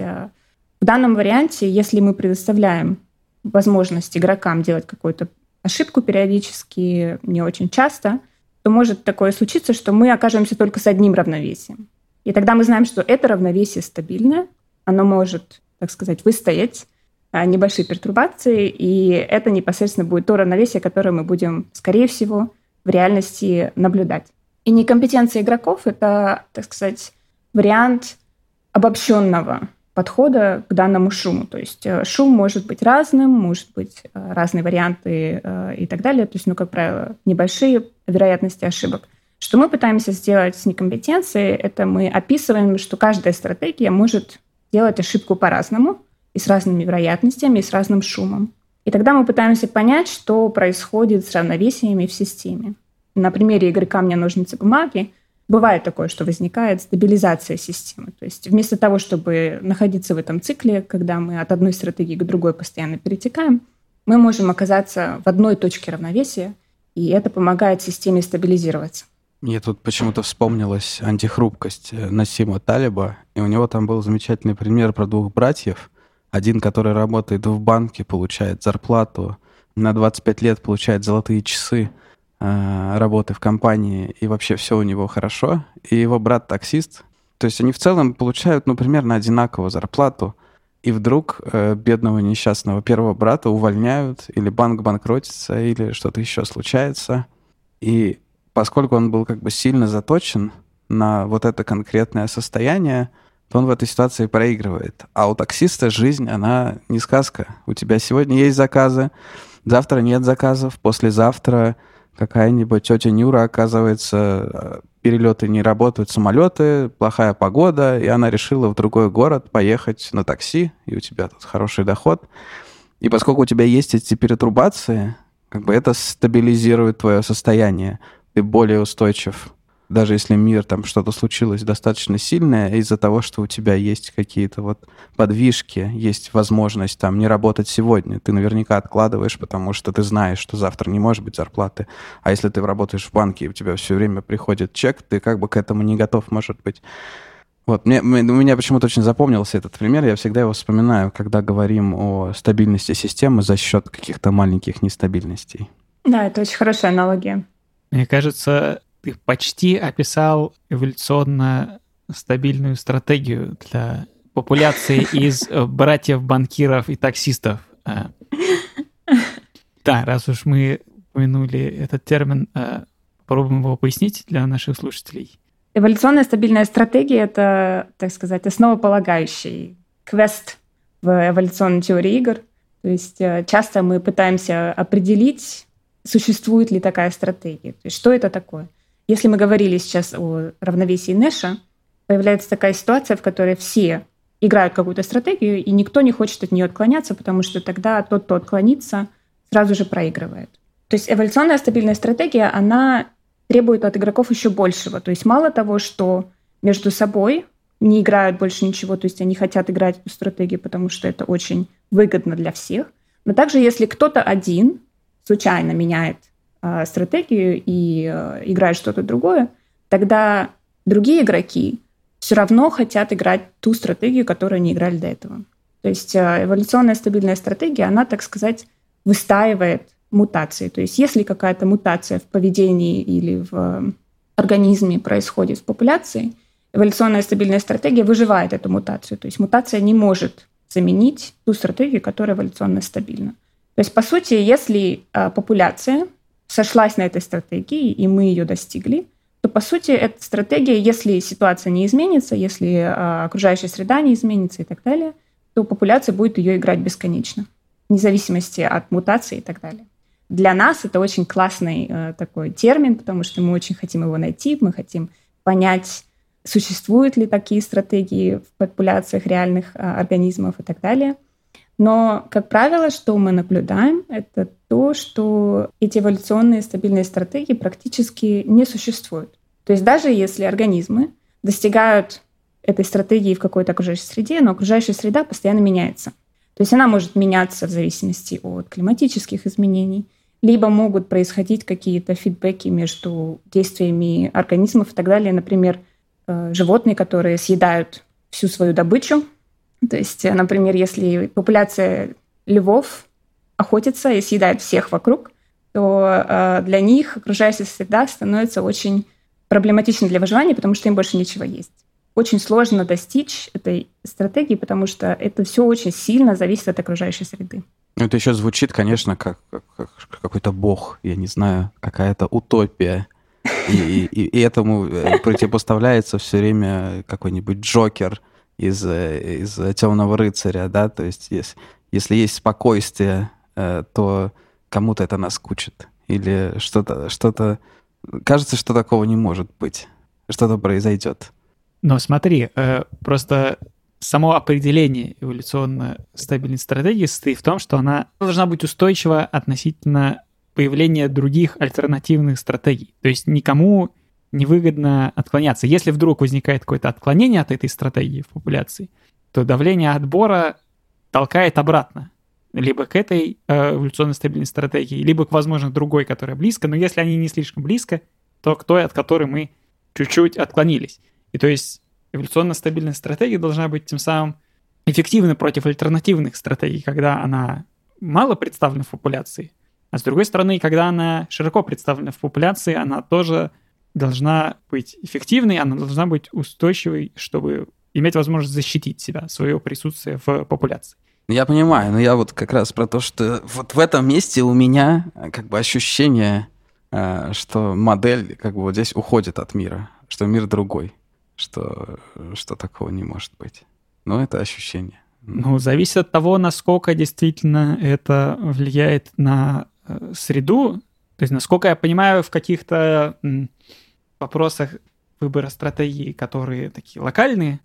в данном варианте, если мы предоставляем возможность игрокам делать какую-то ошибку периодически, не очень часто, то может такое случиться, что мы окажемся только с одним равновесием. И тогда мы знаем, что это равновесие стабильное, оно может, так сказать, выстоять небольшие пертурбации, и это непосредственно будет то равновесие, которое мы будем, скорее всего, в реальности наблюдать. И некомпетенция игроков — это, так сказать, вариант обобщенного подхода к данному шуму. То есть шум может быть разным, может быть разные варианты и так далее. То есть, как правило, небольшие вероятности ошибок. Что мы пытаемся сделать с некомпетенцией, это мы описываем, что каждая стратегия может делать ошибку по-разному, и с разными вероятностями, и с разным шумом. И тогда мы пытаемся понять, что происходит с равновесиями в системе. На примере игры «Камня, ножницы, бумаги» бывает такое, что возникает стабилизация системы. То есть вместо того, чтобы находиться в этом цикле, когда мы от одной стратегии к другой постоянно перетекаем, мы можем оказаться в одной точке равновесия, и это помогает системе стабилизироваться. Мне тут почему-то вспомнилась антихрупкость Нассима Талеба, и у него там был замечательный пример про двух братьев. Один, который работает в банке, получает зарплату, на 25 лет получает золотые часы работы в компании, и вообще все у него хорошо. И его брат таксист. То есть они в целом получают, примерно одинаковую зарплату. И вдруг бедного несчастного первого брата увольняют, или банк банкротится, или что-то еще случается. И поскольку он был сильно заточен на вот это конкретное состояние, то он в этой ситуации проигрывает. А у таксиста жизнь, она не сказка. У тебя сегодня есть заказы, завтра нет заказов, послезавтра какая-нибудь тетя Нюра, оказывается, перелеты не работают, самолеты, плохая погода, и она решила в другой город поехать на такси, и у тебя тут хороший доход. И поскольку у тебя есть эти перетрубации, как бы это стабилизирует твое состояние. Ты более устойчив. Даже если мир, там что-то случилось достаточно сильное, из-за того, что у тебя есть какие-то вот подвижки, есть возможность там не работать сегодня, ты наверняка откладываешь, потому что ты знаешь, что завтра не может быть зарплаты. А если ты работаешь в банке, и у тебя все время приходит чек, ты как бы к этому не готов, может быть. Вот, у меня почему-то очень запомнился этот пример, я всегда его вспоминаю, когда говорим о стабильности системы за счет каких-то маленьких нестабильностей. Да, это очень хорошая аналогия. Мне кажется, ты почти описал эволюционно стабильную стратегию для популяции из братьев-банкиров и таксистов. Да, раз уж мы упомянули этот термин, попробуем его пояснить для наших слушателей. Эволюционная стабильная стратегия — это, так сказать, основополагающий квест в эволюционной теории игр. То есть часто мы пытаемся определить, существует ли такая стратегия. То есть что это такое? Если мы говорили сейчас о равновесии Нэша, появляется такая ситуация, в которой все играют какую-то стратегию, и никто не хочет от нее отклоняться, потому что тогда тот, кто отклонится, сразу же проигрывает. То есть эволюционная стабильная стратегия, она требует от игроков еще большего. То есть мало того, что между собой не играют больше ничего, то есть они хотят играть эту стратегию, потому что это очень выгодно для всех, но также если кто-то один случайно меняет стратегию и играет что-то другое, тогда другие игроки все равно хотят играть ту стратегию, которую они играли до этого. То есть эволюционная стабильная стратегия, она, так сказать, выстаивает мутации. То есть если какая-то мутация в поведении или в организме происходит в популяции, эволюционная стабильная стратегия выживает эту мутацию. То есть мутация не может заменить ту стратегию, которая эволюционно стабильна. То есть, по сути, если популяция сошлась на этой стратегии, и мы ее достигли, то, по сути, эта стратегия, если ситуация не изменится, если окружающая среда не изменится и так далее, то популяция будет ее играть бесконечно, вне зависимости от мутации и так далее. Для нас это очень классный такой термин, потому что мы очень хотим его найти, мы хотим понять, существуют ли такие стратегии в популяциях реальных организмов и так далее. Но, как правило, что мы наблюдаем, это то, что эти эволюционные стабильные стратегии практически не существуют. То есть даже если организмы достигают этой стратегии в какой-то окружающей среде, но окружающая среда постоянно меняется. То есть она может меняться в зависимости от климатических изменений, либо могут происходить какие-то фидбэки между действиями организмов и так далее. Например, животные, которые съедают всю свою добычу. То есть, например, если популяция львов охотится и съедает всех вокруг, то для них окружающая среда становится очень проблематичной для выживания, потому что им больше нечего есть. Очень сложно достичь этой стратегии, потому что это все очень сильно зависит от окружающей среды. Это еще звучит, конечно, как какой-то бог, я не знаю, какая-то утопия. И этому противопоставляется все время какой-нибудь Джокер из «Темного рыцаря», да, то есть если есть спокойствие, то кому-то это наскучит. Или что-то... Кажется, что такого не может быть. Что-то произойдет. Но смотри, просто само определение эволюционно стабильной стратегии состоит в том, что она должна быть устойчива относительно появления других альтернативных стратегий. То есть никому невыгодно отклоняться. Если вдруг возникает какое-то отклонение от этой стратегии в популяции, то давление отбора толкает обратно. Либо к этой эволюционно стабильной стратегии, либо к, возможно, другой, которая близко. Но если они не слишком близко, то к той, от которой мы чуть-чуть отклонились. И то есть эволюционно стабильная стратегия должна быть тем самым эффективной против альтернативных стратегий, когда она мало представлена в популяции. А с другой стороны, когда она широко представлена в популяции, она тоже должна быть эффективной, она должна быть устойчивой, чтобы иметь возможность защитить себя, свое присутствие в популяции. Я понимаю, но я вот как раз про то, что вот в этом месте у меня как бы ощущение, что модель как бы вот здесь уходит от мира, что мир другой, что такого не может быть. Но это ощущение. Ну, зависит от того, насколько действительно это влияет на среду. То есть, насколько я понимаю, в каких-то вопросах выбора стратегии, которые такие локальные,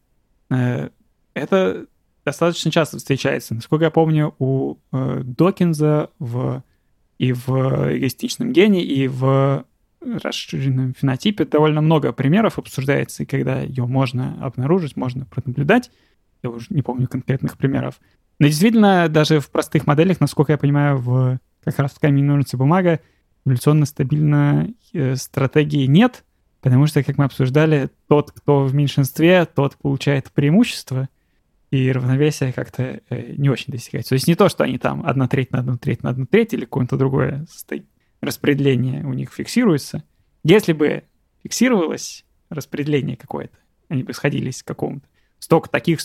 это достаточно часто встречается. Насколько я помню, у Докинза и в эгоистичном гене, и в расширенном фенотипе довольно много примеров обсуждается, и когда ее можно обнаружить, можно пронаблюдать. Я уже не помню конкретных примеров. Но действительно, даже в простых моделях, насколько я понимаю, как раз в камень, ножницы, бумага эволюционно стабильной стратегии нет, потому что, как мы обсуждали, тот, кто в меньшинстве, тот получает преимущество, и равновесие как-то не очень достигается. То есть не то, что они там 1/3 на 1/3 на 1/3 или какое-то другое распределение у них фиксируется. Если бы фиксировалось распределение какое-то, они бы сходились к какому-то столько таких,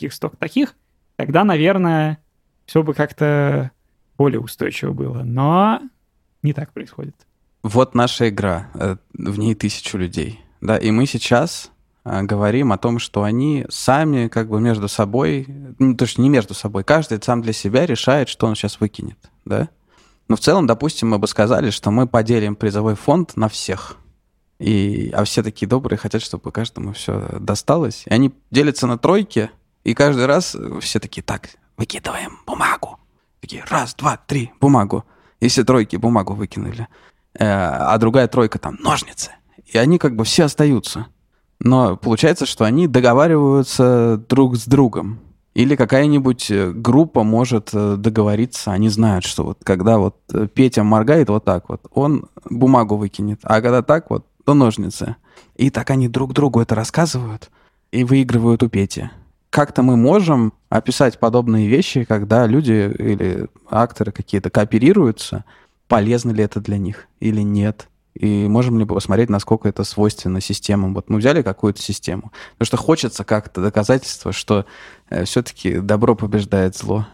тогда, наверное, все бы как-то более устойчиво было. Но не так происходит. Вот наша игра, в ней 1000 людей. Да, и мы сейчас говорим о том, что они сами как бы между собой, то есть не между собой, каждый сам для себя решает, что он сейчас выкинет, да? Но в целом, допустим, мы бы сказали, что мы поделим призовой фонд на всех. А все такие добрые, хотят, чтобы каждому все досталось. И они делятся на тройки, и каждый раз все такие: так, выкидываем бумагу. Такие: 1, 2, 3, бумагу. И все тройки бумагу выкинули. А другая тройка там ножницы. И они как бы все остаются. Но получается, что они договариваются друг с другом. Или какая-нибудь группа может договориться, они знают, что вот когда вот Петя моргает вот так вот, он бумагу выкинет, а когда так вот, то ножницы. И так они друг другу это рассказывают и выигрывают у Пети. Как-то мы можем описать подобные вещи, когда люди или акторы какие-то кооперируются, полезно ли это для них или нет. И можем ли посмотреть, насколько это свойственно системам. Вот мы взяли какую-то систему, потому что хочется как-то доказательства, что все-таки добро побеждает зло.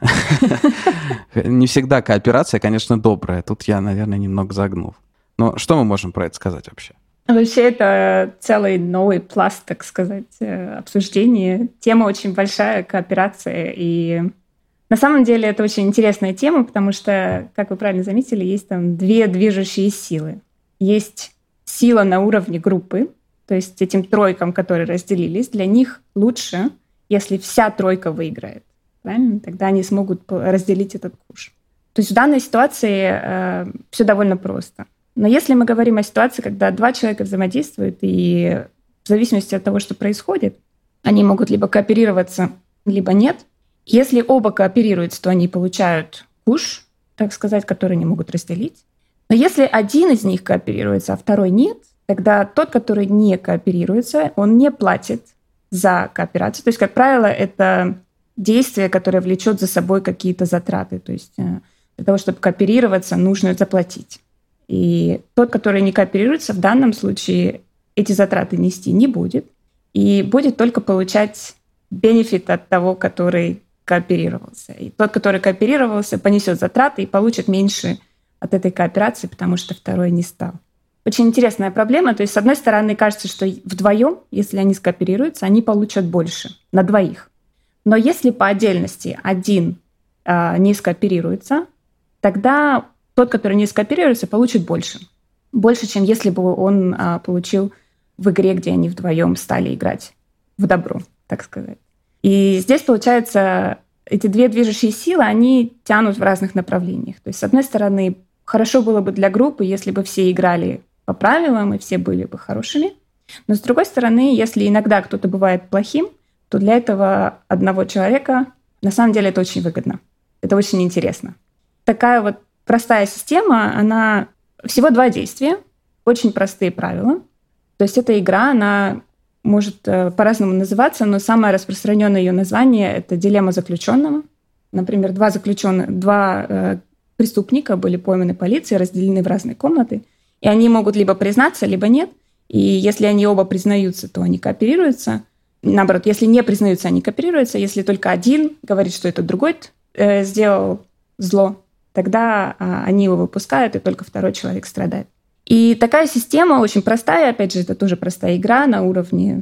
Не всегда кооперация, конечно, добрая. Тут я, наверное, немного загнул. Но что мы можем про это сказать вообще? Вообще, это целый новый пласт, так сказать, обсуждения. Тема очень большая, кооперация. И на самом деле это очень интересная тема, потому что, как вы правильно заметили, есть там 2 движущие силы. Есть сила на уровне группы, то есть этим тройкам, которые разделились, для них лучше, если вся тройка выиграет. Правильно? Тогда они смогут разделить этот куш. То есть в данной ситуации все довольно просто. Но если мы говорим о ситуации, когда 2 человека взаимодействуют, и в зависимости от того, что происходит, они могут либо кооперироваться, либо нет. Если оба кооперируются, то они получают куш, так сказать, который они могут разделить. Но если один из них кооперируется, а второй нет, тогда тот, который не кооперируется, он не платит за кооперацию. То есть, как правило, это действие, которое влечет за собой какие-то затраты. То есть для того, чтобы кооперироваться, нужно заплатить. И тот, который не кооперируется, в данном случае эти затраты нести не будет. И будет только получать бенефит от того, который кооперировался. И тот, который кооперировался, понесет затраты и получит меньше от этой кооперации, потому что второй не стал. Очень интересная проблема. То есть, с одной стороны, кажется, что вдвоем, если они скооперируются, они получат больше на 2. Но если по отдельности один не скооперируется, тогда тот, который не скооперируется, получит больше. Больше, чем если бы он получил в игре, где они вдвоем стали играть в добро, так сказать. И здесь, получается, эти 2 движущие силы, они тянут в разных направлениях. То есть, с одной стороны, хорошо было бы для группы, если бы все играли по правилам и все были бы хорошими. Но, с другой стороны, если иногда кто-то бывает плохим, то для этого одного человека на самом деле это очень выгодно. Это очень интересно. Такая вот простая система, она всего 2 действия, очень простые правила. То есть эта игра, она может по-разному называться, но самое распространенное ее название — это дилемма заключенного. Например, 2 преступника были пойманы полицией, разделены в разные комнаты, и они могут либо признаться, либо нет. И если они оба признаются, то они кооперируются. Наоборот, если не признаются, они кооперируются. Если только один говорит, что это другой сделал зло, тогда они его выпускают, и только второй человек страдает. И такая система очень простая. Опять же, это тоже простая игра на уровне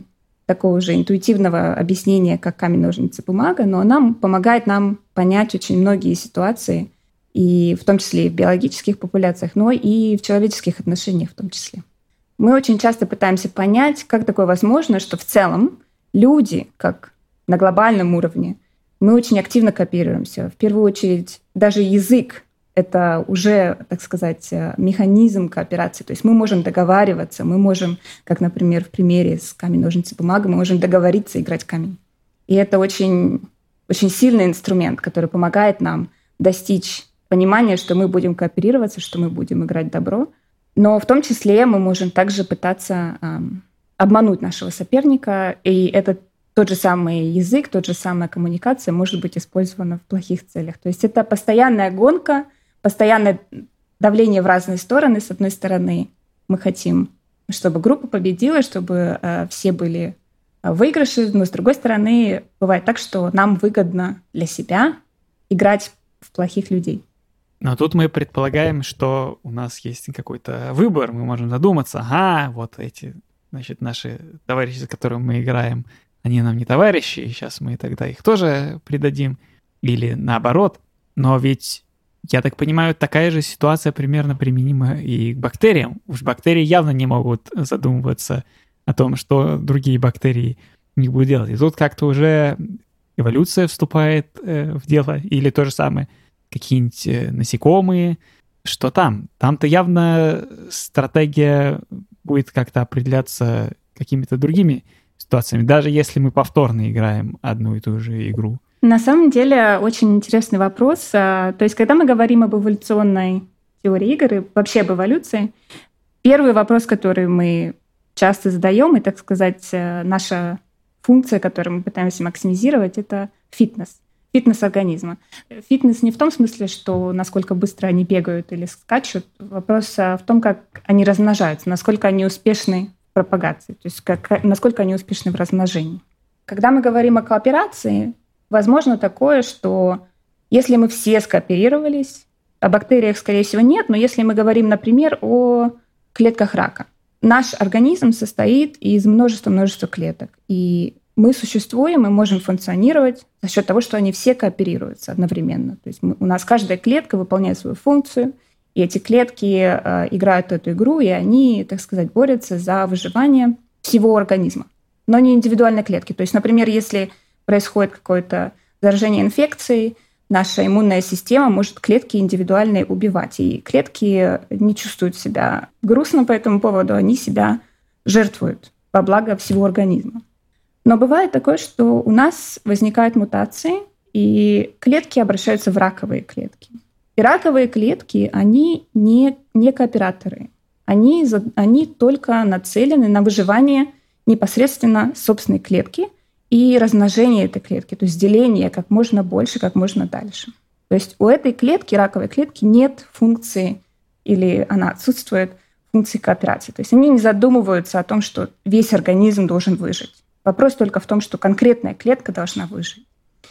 такого уже интуитивного объяснения, как камень, ножницы, бумага, но она помогает нам понять очень многие ситуации, и в том числе и в биологических популяциях, но и в человеческих отношениях в том числе. Мы очень часто пытаемся понять, как такое возможно, что в целом люди, как на глобальном уровне, мы очень активно кооперируемся. В первую очередь, даже язык — это уже, так сказать, механизм кооперации. То есть мы можем договариваться, мы можем, как, например, в примере с камень, ножницы, бумага, мы можем договориться играть камень. И это очень, очень сильный инструмент, который помогает нам достичь понимания, что мы будем кооперироваться, что мы будем играть добро. Но в том числе мы можем также пытаться обмануть нашего соперника, и это тот же самый язык, тот же самая коммуникация может быть использована в плохих целях. То есть это постоянная гонка, постоянное давление в разные стороны. С одной стороны, мы хотим, чтобы группа победила, чтобы все были выигрыши, но с другой стороны, бывает так, что нам выгодно для себя играть в плохих людей. Но тут мы предполагаем, что у нас есть какой-то выбор, мы можем задуматься, ага, вот эти, значит, наши товарищи, с которыми мы играем, они нам не товарищи, и сейчас мы тогда их тоже предадим, или наоборот. Но ведь, я так понимаю, такая же ситуация примерно применима и к бактериям. Уж бактерии явно не могут задумываться о том, что другие бактерии не будут делать. И тут как-то уже эволюция вступает в дело, или то же самое, какие-нибудь насекомые. Что там? Там-то явно стратегия будет как-то определяться какими-то другими ситуациями, даже если мы повторно играем одну и ту же игру. На самом деле очень интересный вопрос. То есть, когда мы говорим об эволюционной теории игр и вообще об эволюции, первый вопрос, который мы часто задаем, и, так сказать, наша функция, которую мы пытаемся максимизировать, это фитнес. Фитнес организма. Фитнес не в том смысле, что насколько быстро они бегают или скачут. Вопрос в том, как они размножаются, насколько они успешны в пропагации, то есть насколько они успешны в размножении. Когда мы говорим о кооперации, возможно такое, что если мы все скооперировались, о бактериях, скорее всего, нет, но если мы говорим, например, о клетках рака. Наш организм состоит из множества клеток, и мы существуем и можем функционировать за счет того, что они все кооперируются одновременно. То есть у нас каждая клетка выполняет свою функцию, и эти клетки играют эту игру, и они, так сказать, борются за выживание всего организма, но не индивидуальной клетки. То есть, например, если происходит какое-то заражение инфекцией, наша иммунная система может клетки индивидуальные убивать, и клетки не чувствуют себя грустно по этому поводу, они себя жертвуют во благо всего организма. Но бывает такое, что у нас возникают мутации, и клетки обращаются в раковые клетки. И раковые клетки, они не кооператоры. Они только нацелены на выживание непосредственно собственной клетки и размножение этой клетки, то есть деление как можно больше, как можно дальше. То есть у этой клетки, раковой клетки, нет функции, или она отсутствует функции кооперации. То есть они не задумываются о том, что весь организм должен выжить. Вопрос только в том, что конкретная клетка должна выжить.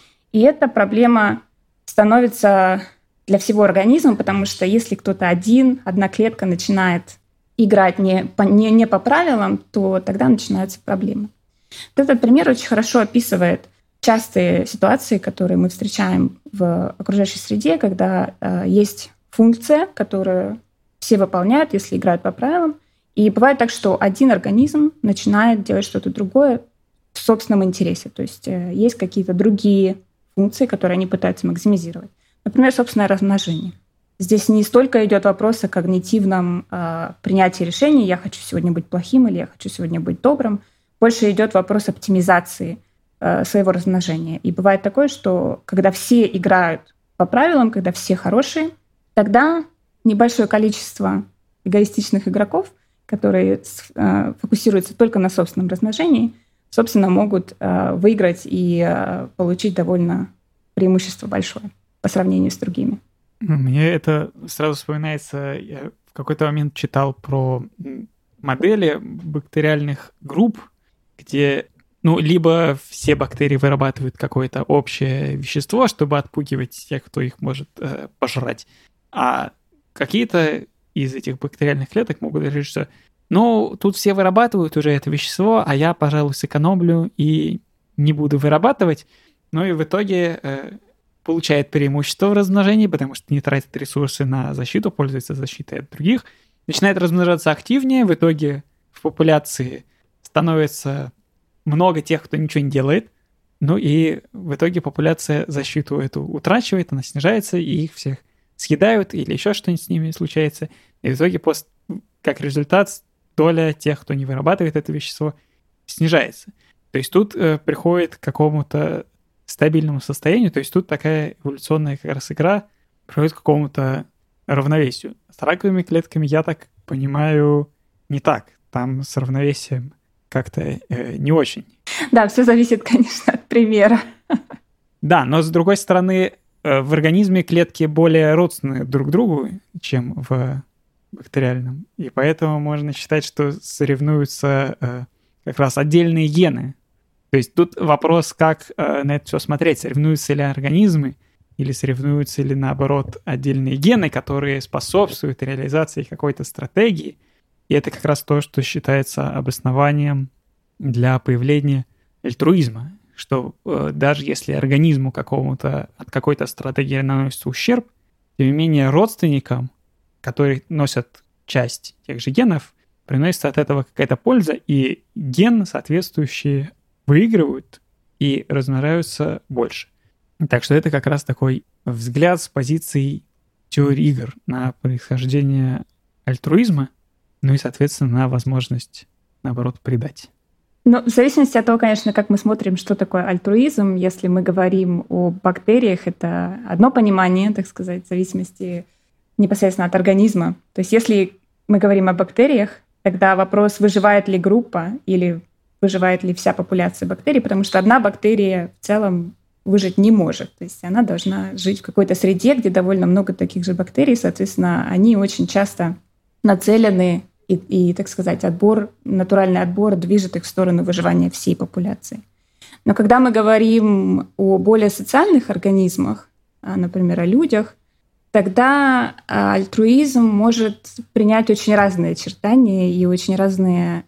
И эта проблема становится для всего организма, потому что если кто-то одна клетка начинает играть не по правилам, то тогда начинаются проблемы. Этот пример очень хорошо описывает частые ситуации, которые мы встречаем в окружающей среде, когда есть функция, которую все выполняют, если играют по правилам. И бывает так, что один организм начинает делать что-то другое в собственном интересе. То есть есть какие-то другие функции, которые они пытаются максимизировать. Например, собственное размножение. Здесь не столько идет вопрос о когнитивном принятии решений, я хочу сегодня быть плохим или я хочу сегодня быть добрым. Больше идет вопрос оптимизации своего размножения. И бывает такое, что когда все играют по правилам, когда все хорошие, тогда небольшое количество эгоистичных игроков, которые фокусируются только на собственном размножении, собственно, могут выиграть и получить довольно преимущество большое по сравнению с другими. Мне это сразу вспоминается, я в какой-то момент читал про модели бактериальных групп, где либо все бактерии вырабатывают какое-то общее вещество, чтобы отпугивать тех, кто их может пожрать, а какие-то из этих бактериальных клеток могут решить, что Ну, тут все вырабатывают уже это вещество, а я, пожалуй, сэкономлю и не буду вырабатывать. Ну и в итоге получает преимущество в размножении, потому что не тратит ресурсы на защиту, пользуется защитой от других, начинает размножаться активнее, в итоге в популяции становится много тех, кто ничего не делает, ну и в итоге популяция защиту эту утрачивает, она снижается, и их всех съедают, или еще что-нибудь с ними случается, и в итоге как результат доля тех, кто не вырабатывает это вещество, снижается. То есть тут приходит к какому-то стабильному состоянию, то есть тут такая эволюционная как раз игра приходит к какому-то равновесию. С раковыми клетками, я так понимаю, не так. Там с равновесием как-то не очень. Да, все зависит, конечно, от примера. Да, но с другой стороны, в организме клетки более родственны друг другу, чем в бактериальном. И поэтому можно считать, что соревнуются как раз отдельные гены. То есть тут вопрос, как на это все смотреть. Соревнуются ли организмы или соревнуются ли, наоборот, отдельные гены, которые способствуют реализации какой-то стратегии. И это как раз то, что считается обоснованием для появления альтруизма. Что даже если организму какому-то от какой-то стратегии наносится ущерб, тем не менее родственникам, которые носят часть тех же генов, приносится от этого какая-то польза, и ген соответствующие выигрывают и размножаются больше. Так что это как раз такой взгляд с позиции теории игр на происхождение альтруизма, ну и, соответственно, на возможность, наоборот, предать. Ну, в зависимости от того, конечно, как мы смотрим, что такое альтруизм, если мы говорим о бактериях, это одно понимание, так сказать, в зависимости непосредственно от организма. То есть если мы говорим о бактериях, тогда вопрос, выживает ли группа или выживает ли вся популяция бактерий, потому что одна бактерия в целом выжить не может. То есть она должна жить в какой-то среде, где довольно много таких же бактерий, соответственно, они очень часто нацелены и, так сказать, натуральный отбор движет их в сторону выживания всей популяции. Но когда мы говорим о более социальных организмах, например, о людях, тогда альтруизм может принять очень разные очертания и очень разные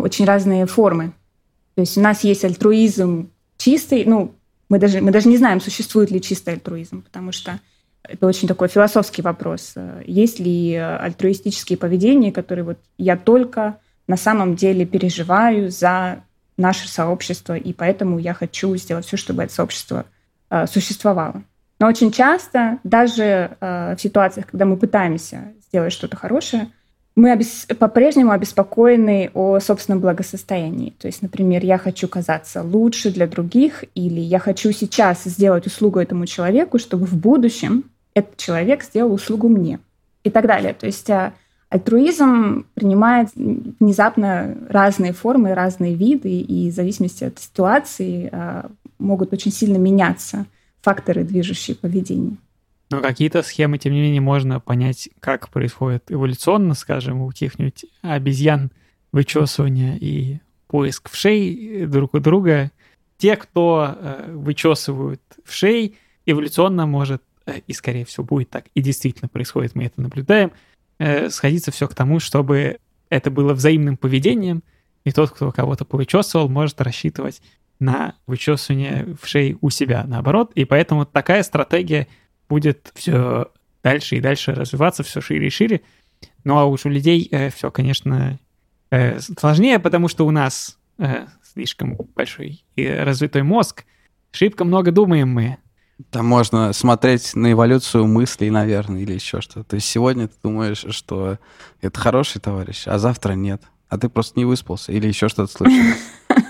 формы. То есть у нас есть альтруизм чистый, мы даже не знаем, существует ли чистый альтруизм, потому что это очень такой философский вопрос. Есть ли альтруистические поведения, которые я только на самом деле переживаю за наше сообщество, и поэтому я хочу сделать все, чтобы это сообщество существовало. Но очень часто, даже в ситуациях, когда мы пытаемся сделать что-то хорошее, мы по-прежнему обеспокоены о собственном благосостоянии. То есть, например, я хочу казаться лучше для других, или я хочу сейчас сделать услугу этому человеку, чтобы в будущем этот человек сделал услугу мне. И так далее. То есть альтруизм принимает внезапно разные формы, разные виды, и в зависимости от ситуации могут очень сильно меняться факторы, движущие поведение. Но какие-то схемы, тем не менее, можно понять, как происходит эволюционно, скажем, у каких-нибудь обезьян вычесывание и поиск вшей друг у друга. Те, кто вычесывают вшей, эволюционно может, и скорее всего будет так, и действительно происходит, мы это наблюдаем, сходиться все к тому, чтобы это было взаимным поведением, и тот, кто кого-то повычесывал, может рассчитывать на вычесывание вшей у себя, наоборот. И поэтому такая стратегия будет все дальше и дальше развиваться, все шире и шире. Ну а уж у людей все, конечно, сложнее, потому что у нас слишком большой и развитой мозг. Шибко много думаем мы. Там можно смотреть на эволюцию мыслей, наверное, или еще что-то. То есть сегодня ты думаешь, что это хороший товарищ, а завтра нет. А ты просто не выспался, или еще что-то случилось.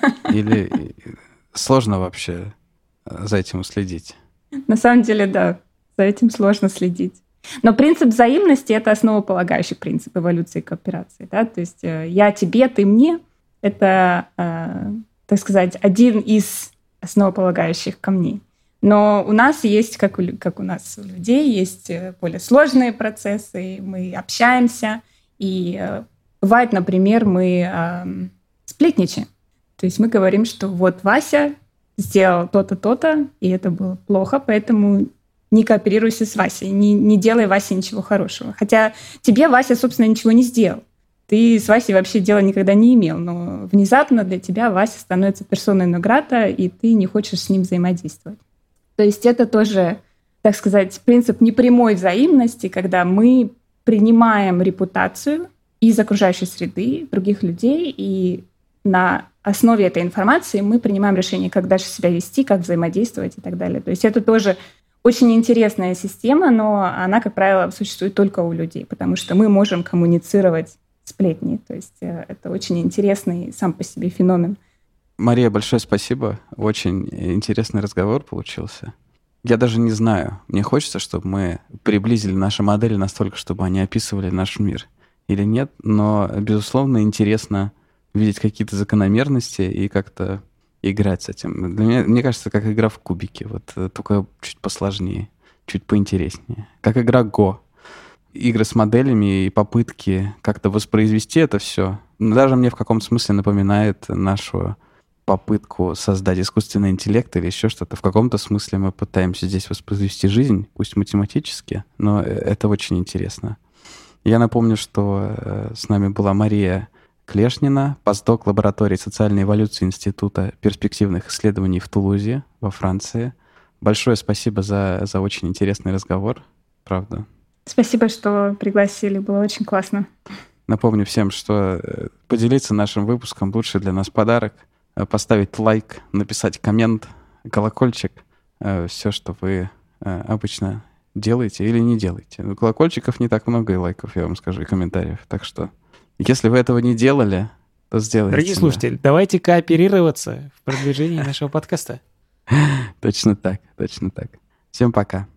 Или сложно вообще за этим следить. На самом деле, да. За этим сложно следить. Но принцип взаимности — это основополагающий принцип эволюции и кооперации. Да? То есть я тебе, ты мне — это, так сказать, один из основополагающих камней. Но у нас есть, как у нас у людей, есть более сложные процессы, мы общаемся, и бывает, например, мы сплетничаем. То есть мы говорим, что вот Вася сделал то-то, то-то, и это было плохо, поэтому не кооперируйся с Васей, не делай Васе ничего хорошего. Хотя тебе Вася, собственно, ничего не сделал. ты с Васей вообще дела никогда не имел, но внезапно для тебя Вася становится персоной нон-грата, и ты не хочешь с ним взаимодействовать. То есть это тоже, так сказать, принцип непрямой взаимности, когда мы принимаем репутацию из окружающей среды других людей, и на основе этой информации мы принимаем решение, как дальше себя вести, как взаимодействовать и так далее. То есть это тоже очень интересная система, но она, как правило, существует только у людей, потому что мы можем коммуницировать сплетни. То есть это очень интересный сам по себе феномен. Мария, большое спасибо. Очень интересный разговор получился. Я даже не знаю. Мне хочется, чтобы мы приблизили наши модели настолько, чтобы они описывали наш мир или нет. Но, безусловно, интересно видеть какие-то закономерности и как-то играть с этим. Для меня, мне кажется, как игра в кубики. Вот только чуть посложнее, чуть поинтереснее. Как игра Го. Игры с моделями и попытки как-то воспроизвести это все. Даже мне в каком-то смысле напоминает нашу попытку создать искусственный интеллект или еще что-то. В каком-то смысле мы пытаемся здесь воспроизвести жизнь, пусть математически, но это очень интересно. Я напомню, что с нами была Мария Клешнина, постдок лаборатории социальной эволюции Института перспективных исследований в Тулузе, во Франции. Большое спасибо за очень интересный разговор, правда. Спасибо, что пригласили, было очень классно. Напомню всем, что поделиться нашим выпуском — лучший для нас подарок. Поставить лайк, написать коммент, колокольчик. Все, что вы обычно делаете или не делаете. Колокольчиков не так много, и лайков, я вам скажу, и комментариев. Так что, если вы этого не делали, то сделайте. Дорогие слушатели, давайте кооперироваться в продвижении нашего подкаста. Точно так, точно так. Всем пока.